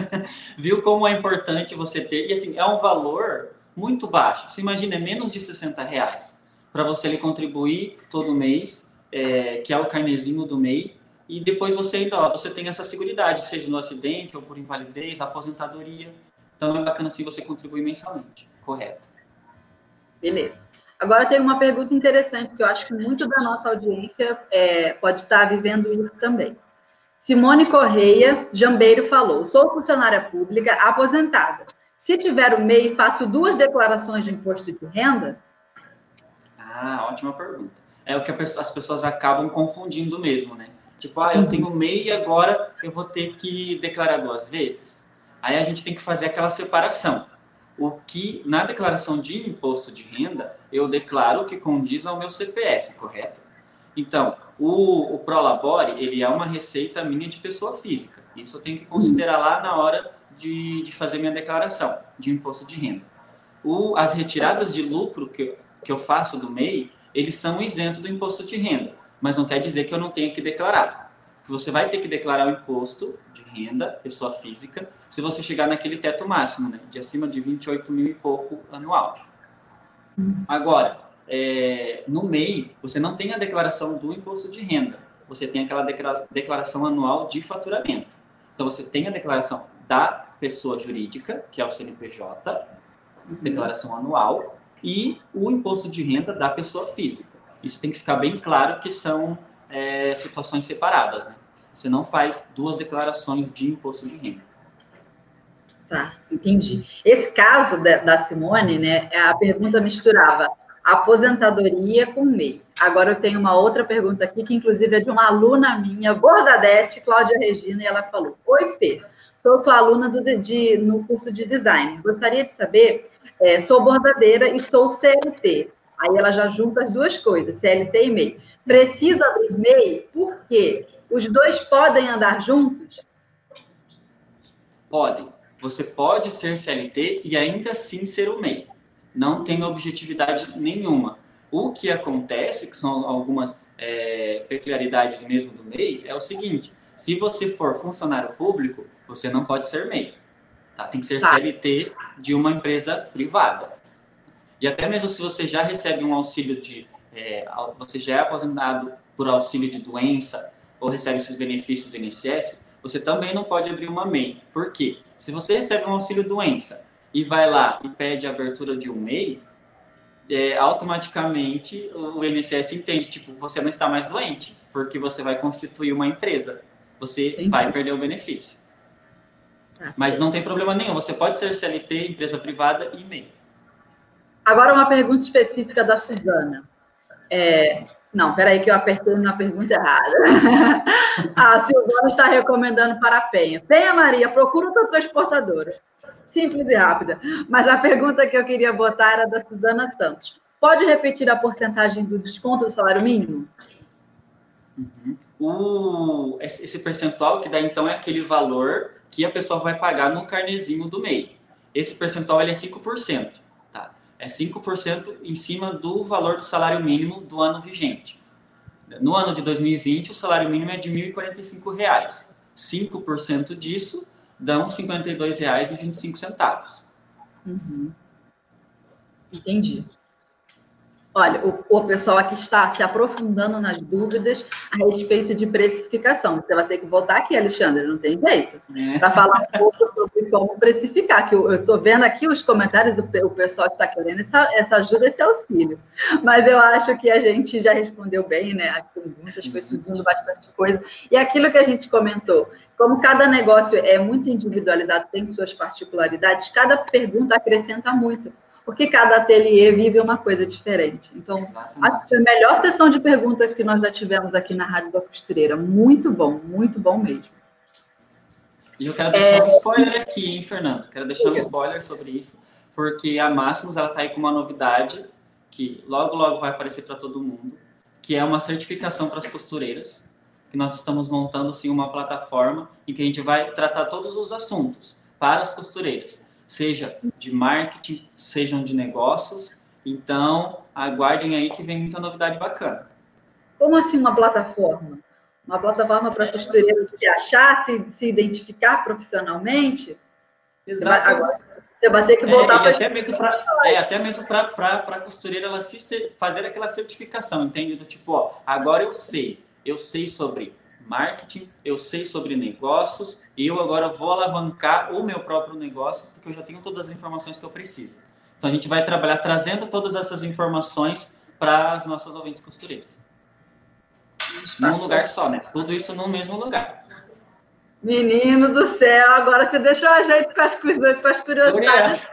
Viu como é importante você ter... E assim, é um valor muito baixo. Você imagina, é menos de sessenta reais para você ali contribuir todo mês, é, que é o carnezinho do M E I, e depois você ainda, ó, você tem essa seguridade, seja no acidente ou por invalidez, aposentadoria. Então, é bacana assim você contribuir mensalmente. Correto. Beleza. Agora tem uma pergunta interessante, que eu acho que muito da nossa audiência é, pode estar vivendo isso também. Simone Correia Jambeiro falou, sou funcionária pública aposentada. Se tiver o M E I, faço duas declarações de imposto de renda? Ah, ótima pergunta. É o que pessoa, as pessoas acabam confundindo mesmo, né? Tipo, ah, eu tenho M E I e agora eu vou ter que declarar duas vezes? Aí a gente tem que fazer aquela separação. O que, na declaração de imposto de renda, eu declaro o que condiz ao meu C P F, correto? Então, o, o Prolabore, ele é uma receita minha de pessoa física. Isso eu tenho que considerar lá na hora de, de fazer minha declaração de imposto de renda. O, as retiradas de lucro que eu, que eu faço do M E I, eles são isentos do imposto de renda, mas não quer dizer que eu não tenha que declarar. Que você vai ter que declarar o imposto de renda, pessoa física, se você chegar naquele teto máximo, né, de acima de vinte e oito mil e pouco anual. Agora, é, no M E I, você não tem a declaração do imposto de renda, você tem aquela declaração anual de faturamento. Então, você tem a declaração da pessoa jurídica, que é o C N P J, declaração anual, e o imposto de renda da pessoa física. Isso tem que ficar bem claro que são é, situações separadas, né? Você não faz duas declarações de imposto de renda. Tá, entendi. Esse caso da, da Simone, né, a pergunta misturava aposentadoria com M E I. Agora eu tenho uma outra pergunta aqui, que inclusive é de uma aluna minha, Bordadete, Cláudia Regina, e ela falou: Oi, Fê, sou sua aluna do, de, no curso de design. Gostaria de saber, é, sou bordadeira e sou C L T. Aí ela já junta as duas coisas, C L T e M E I. Preciso abrir M E I porque os dois podem andar juntos? Podem. Você pode ser C L T e ainda assim ser o M E I. Não tem objetividade nenhuma. O que acontece, que são algumas é, peculiaridades mesmo do M E I, é o seguinte: se você for funcionário público, você não pode ser M E I. Tá? Tem que ser tá. C L T de uma empresa privada. E até mesmo se você já recebe um auxílio de... É, você já é aposentado por auxílio de doença ou recebe esses benefícios do I N S S, você também não pode abrir uma M E I. Por quê? Se você recebe um auxílio doença e vai lá e pede a abertura de um M E I, é, automaticamente o I N S S entende, tipo, você não está mais doente, porque você vai constituir uma empresa. Você Entendi. Vai perder o benefício. Ah, Mas não tem problema nenhum, você pode ser C L T, empresa privada e M E I. Agora uma pergunta específica da Suzana. É... Não, peraí que eu apertei na pergunta errada. A Silvana está recomendando para a Penha. Penha Maria, procura outra transportadora. Simples e rápida. Mas a pergunta que eu queria botar era da Suzana Santos. Pode repetir a porcentagem do desconto do salário mínimo? Uhum. O, esse percentual que dá, então, é aquele valor que a pessoa vai pagar no carnezinho do M E I. Esse percentual ele é cinco por cento. Tá? É cinco por cento em cima do valor do salário mínimo do ano vigente. No ano de dois mil e vinte, o salário mínimo é de mil e quarenta e cinco reais. cinco por cento disso dão cinquenta e dois reais e vinte e cinco centavos. Uhum. Entendi. Olha, o, o pessoal aqui está se aprofundando nas dúvidas a respeito de precificação. Você vai ter que voltar aqui, Alexandre, não tem jeito, é. para falar um pouco sobre como precificar. Que eu estou vendo aqui os comentários, o, o pessoal está querendo essa, essa ajuda, esse auxílio. Mas eu acho que a gente já respondeu bem, né? As perguntas, foi surgindo bastante coisa. E aquilo que a gente comentou, como cada negócio é muito individualizado, tem suas particularidades, cada pergunta acrescenta muito. Porque cada ateliê vive uma coisa diferente. Então, Exatamente. Acho que a melhor sessão de perguntas que nós já tivemos aqui na Rádio da Costureira. Muito bom, muito bom mesmo. E eu quero deixar é... um spoiler aqui, hein, Fernanda? Quero deixar um spoiler sobre isso, porque a Máximos ela está aí com uma novidade que logo, logo vai aparecer para todo mundo, que é uma certificação para as costureiras, que nós estamos montando, sim, uma plataforma em que a gente vai tratar todos os assuntos para as costureiras. Seja de marketing, sejam de negócios. Então, aguardem aí que vem muita novidade bacana. Como assim uma plataforma? Uma plataforma para costureiros se achar, se, se identificar profissionalmente? Exato. Agora, você vai ter que voltar é, para... Até mesmo para é, até mesmo para a costureira ela se fazer aquela certificação, entende? Do tipo, ó, agora eu sei. Eu sei sobre marketing, eu sei sobre negócios e eu agora vou alavancar o meu próprio negócio porque eu já tenho todas as informações que eu preciso. Então, a gente vai trabalhar trazendo todas essas informações para as nossas ouvintes costureiras. Num lugar só, né? Tudo isso no mesmo lugar. Menino do céu, agora você deixou a gente com as, com as curiosidades.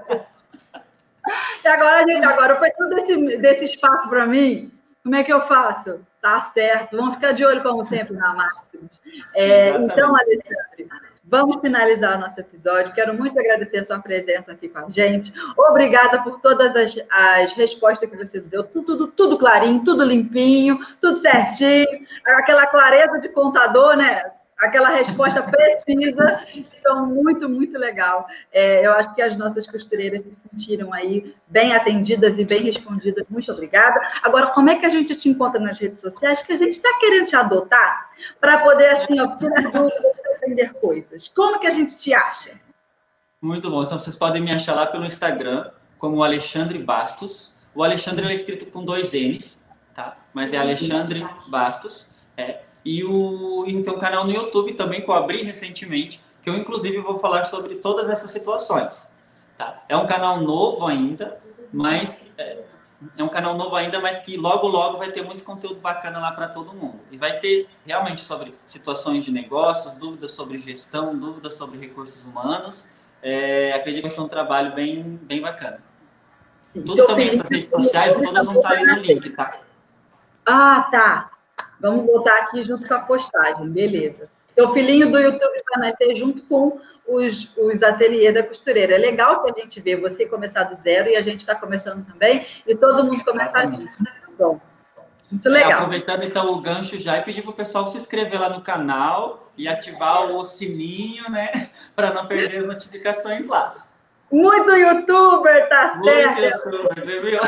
E agora, gente, agora foi tudo desse, desse espaço para mim. Como é que eu faço? Tá certo. Vamos ficar de olho, como sempre, na Máximos. É, então, Alexandre, vamos finalizar o nosso episódio. Quero muito agradecer a sua presença aqui com a gente. Obrigada por todas as, as respostas que você deu. Tudo, tudo, tudo clarinho, tudo limpinho, tudo certinho. Aquela clareza de contador, né? aquela resposta precisa. Então, muito, muito legal. É, eu acho que as nossas costureiras se sentiram aí bem atendidas e bem respondidas. Muito obrigada. Agora, como é que a gente te encontra nas redes sociais? Que a gente está querendo te adotar para poder, assim, ó, tirar dúvidas e aprender coisas. Como que a gente te acha? Muito bom. Então, vocês podem me achar lá pelo Instagram, como Alexandre Bastos. O Alexandre é escrito com dois N's, tá? Mas é Alexandre Bastos. É. E, o, e tem um canal no YouTube também que eu abri recentemente, que eu, inclusive, vou falar sobre todas essas situações. Tá? É um canal novo ainda, mas... É, é um canal novo ainda, mas que logo, logo vai ter muito conteúdo bacana lá para todo mundo. E vai ter realmente sobre situações de negócios, dúvidas sobre gestão, dúvidas sobre recursos humanos. É, acredito que vai ser um trabalho bem, bem bacana. Sim. Tudo Seu também, essas redes sociais, todas vão estar ali no link, tá? Ah, tá. Vamos botar aqui junto com a postagem, beleza. Seu filhinho do YouTube vai nascer junto com os, os ateliês da costureira. É legal que a gente vê você começar do zero e a gente está começando também, e todo mundo começar junto. Bom, muito legal. É, aproveitando então o gancho já e pedir para o pessoal se inscrever lá no canal e ativar o sininho, né? Para não perder as notificações lá. Muito youtuber, tá certo? Muito youtuber, você viu?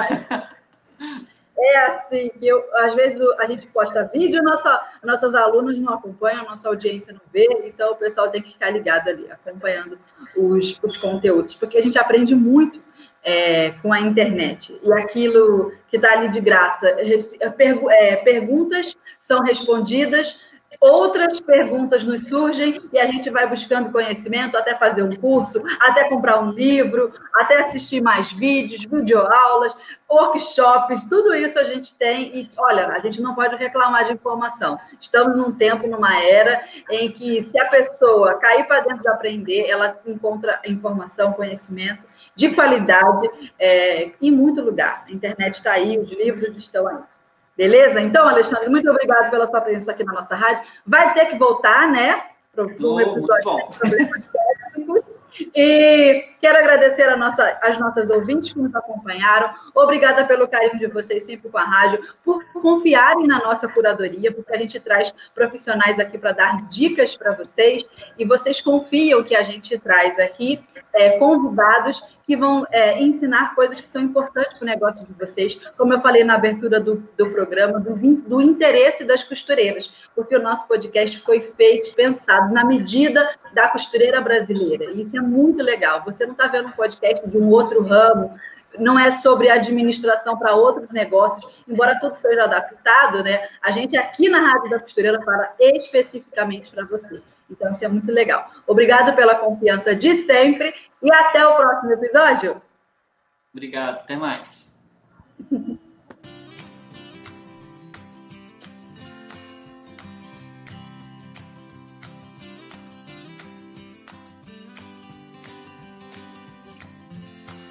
É assim, que eu, às vezes a gente posta vídeo, nossa, nossos alunos não acompanham, nossa audiência não vê, então o pessoal tem que ficar ligado ali, acompanhando os, os conteúdos, porque a gente aprende muito é, com a internet. E aquilo que está ali de graça, pergu é, perguntas são respondidas, outras perguntas nos surgem e a gente vai buscando conhecimento, até fazer um curso, até comprar um livro, até assistir mais vídeos, videoaulas, workshops, tudo isso a gente tem e, olha, a gente não pode reclamar de informação. Estamos num tempo, numa era em que se a pessoa cair para dentro de aprender, ela encontra informação, conhecimento de qualidade é, em muito lugar. A internet está aí, os livros estão aí. Beleza? Então, Alexandre, muito obrigado pela sua presença aqui na nossa rádio. Vai ter que voltar, né? Para um episódio de problemas técnicos. E quero agradecer a nossa, as nossas ouvintes que nos acompanharam. Obrigada pelo carinho de vocês sempre com a rádio, por confiarem na nossa curadoria, porque a gente traz profissionais aqui para dar dicas para vocês, e vocês confiam que a gente traz aqui é, convidados que vão é, ensinar coisas que são importantes para o negócio de vocês, como eu falei na abertura do, do programa, do, do interesse das costureiras, porque o nosso podcast foi feito, pensado na medida da costureira brasileira, e isso é muito legal. Você não está vendo um podcast de um outro ramo, não é sobre administração para outros negócios, embora tudo seja adaptado, né? A gente aqui na Rádio da Costureira fala especificamente para você. Então, isso é muito legal. Obrigado pela confiança de sempre e até o próximo episódio. Obrigado, até mais.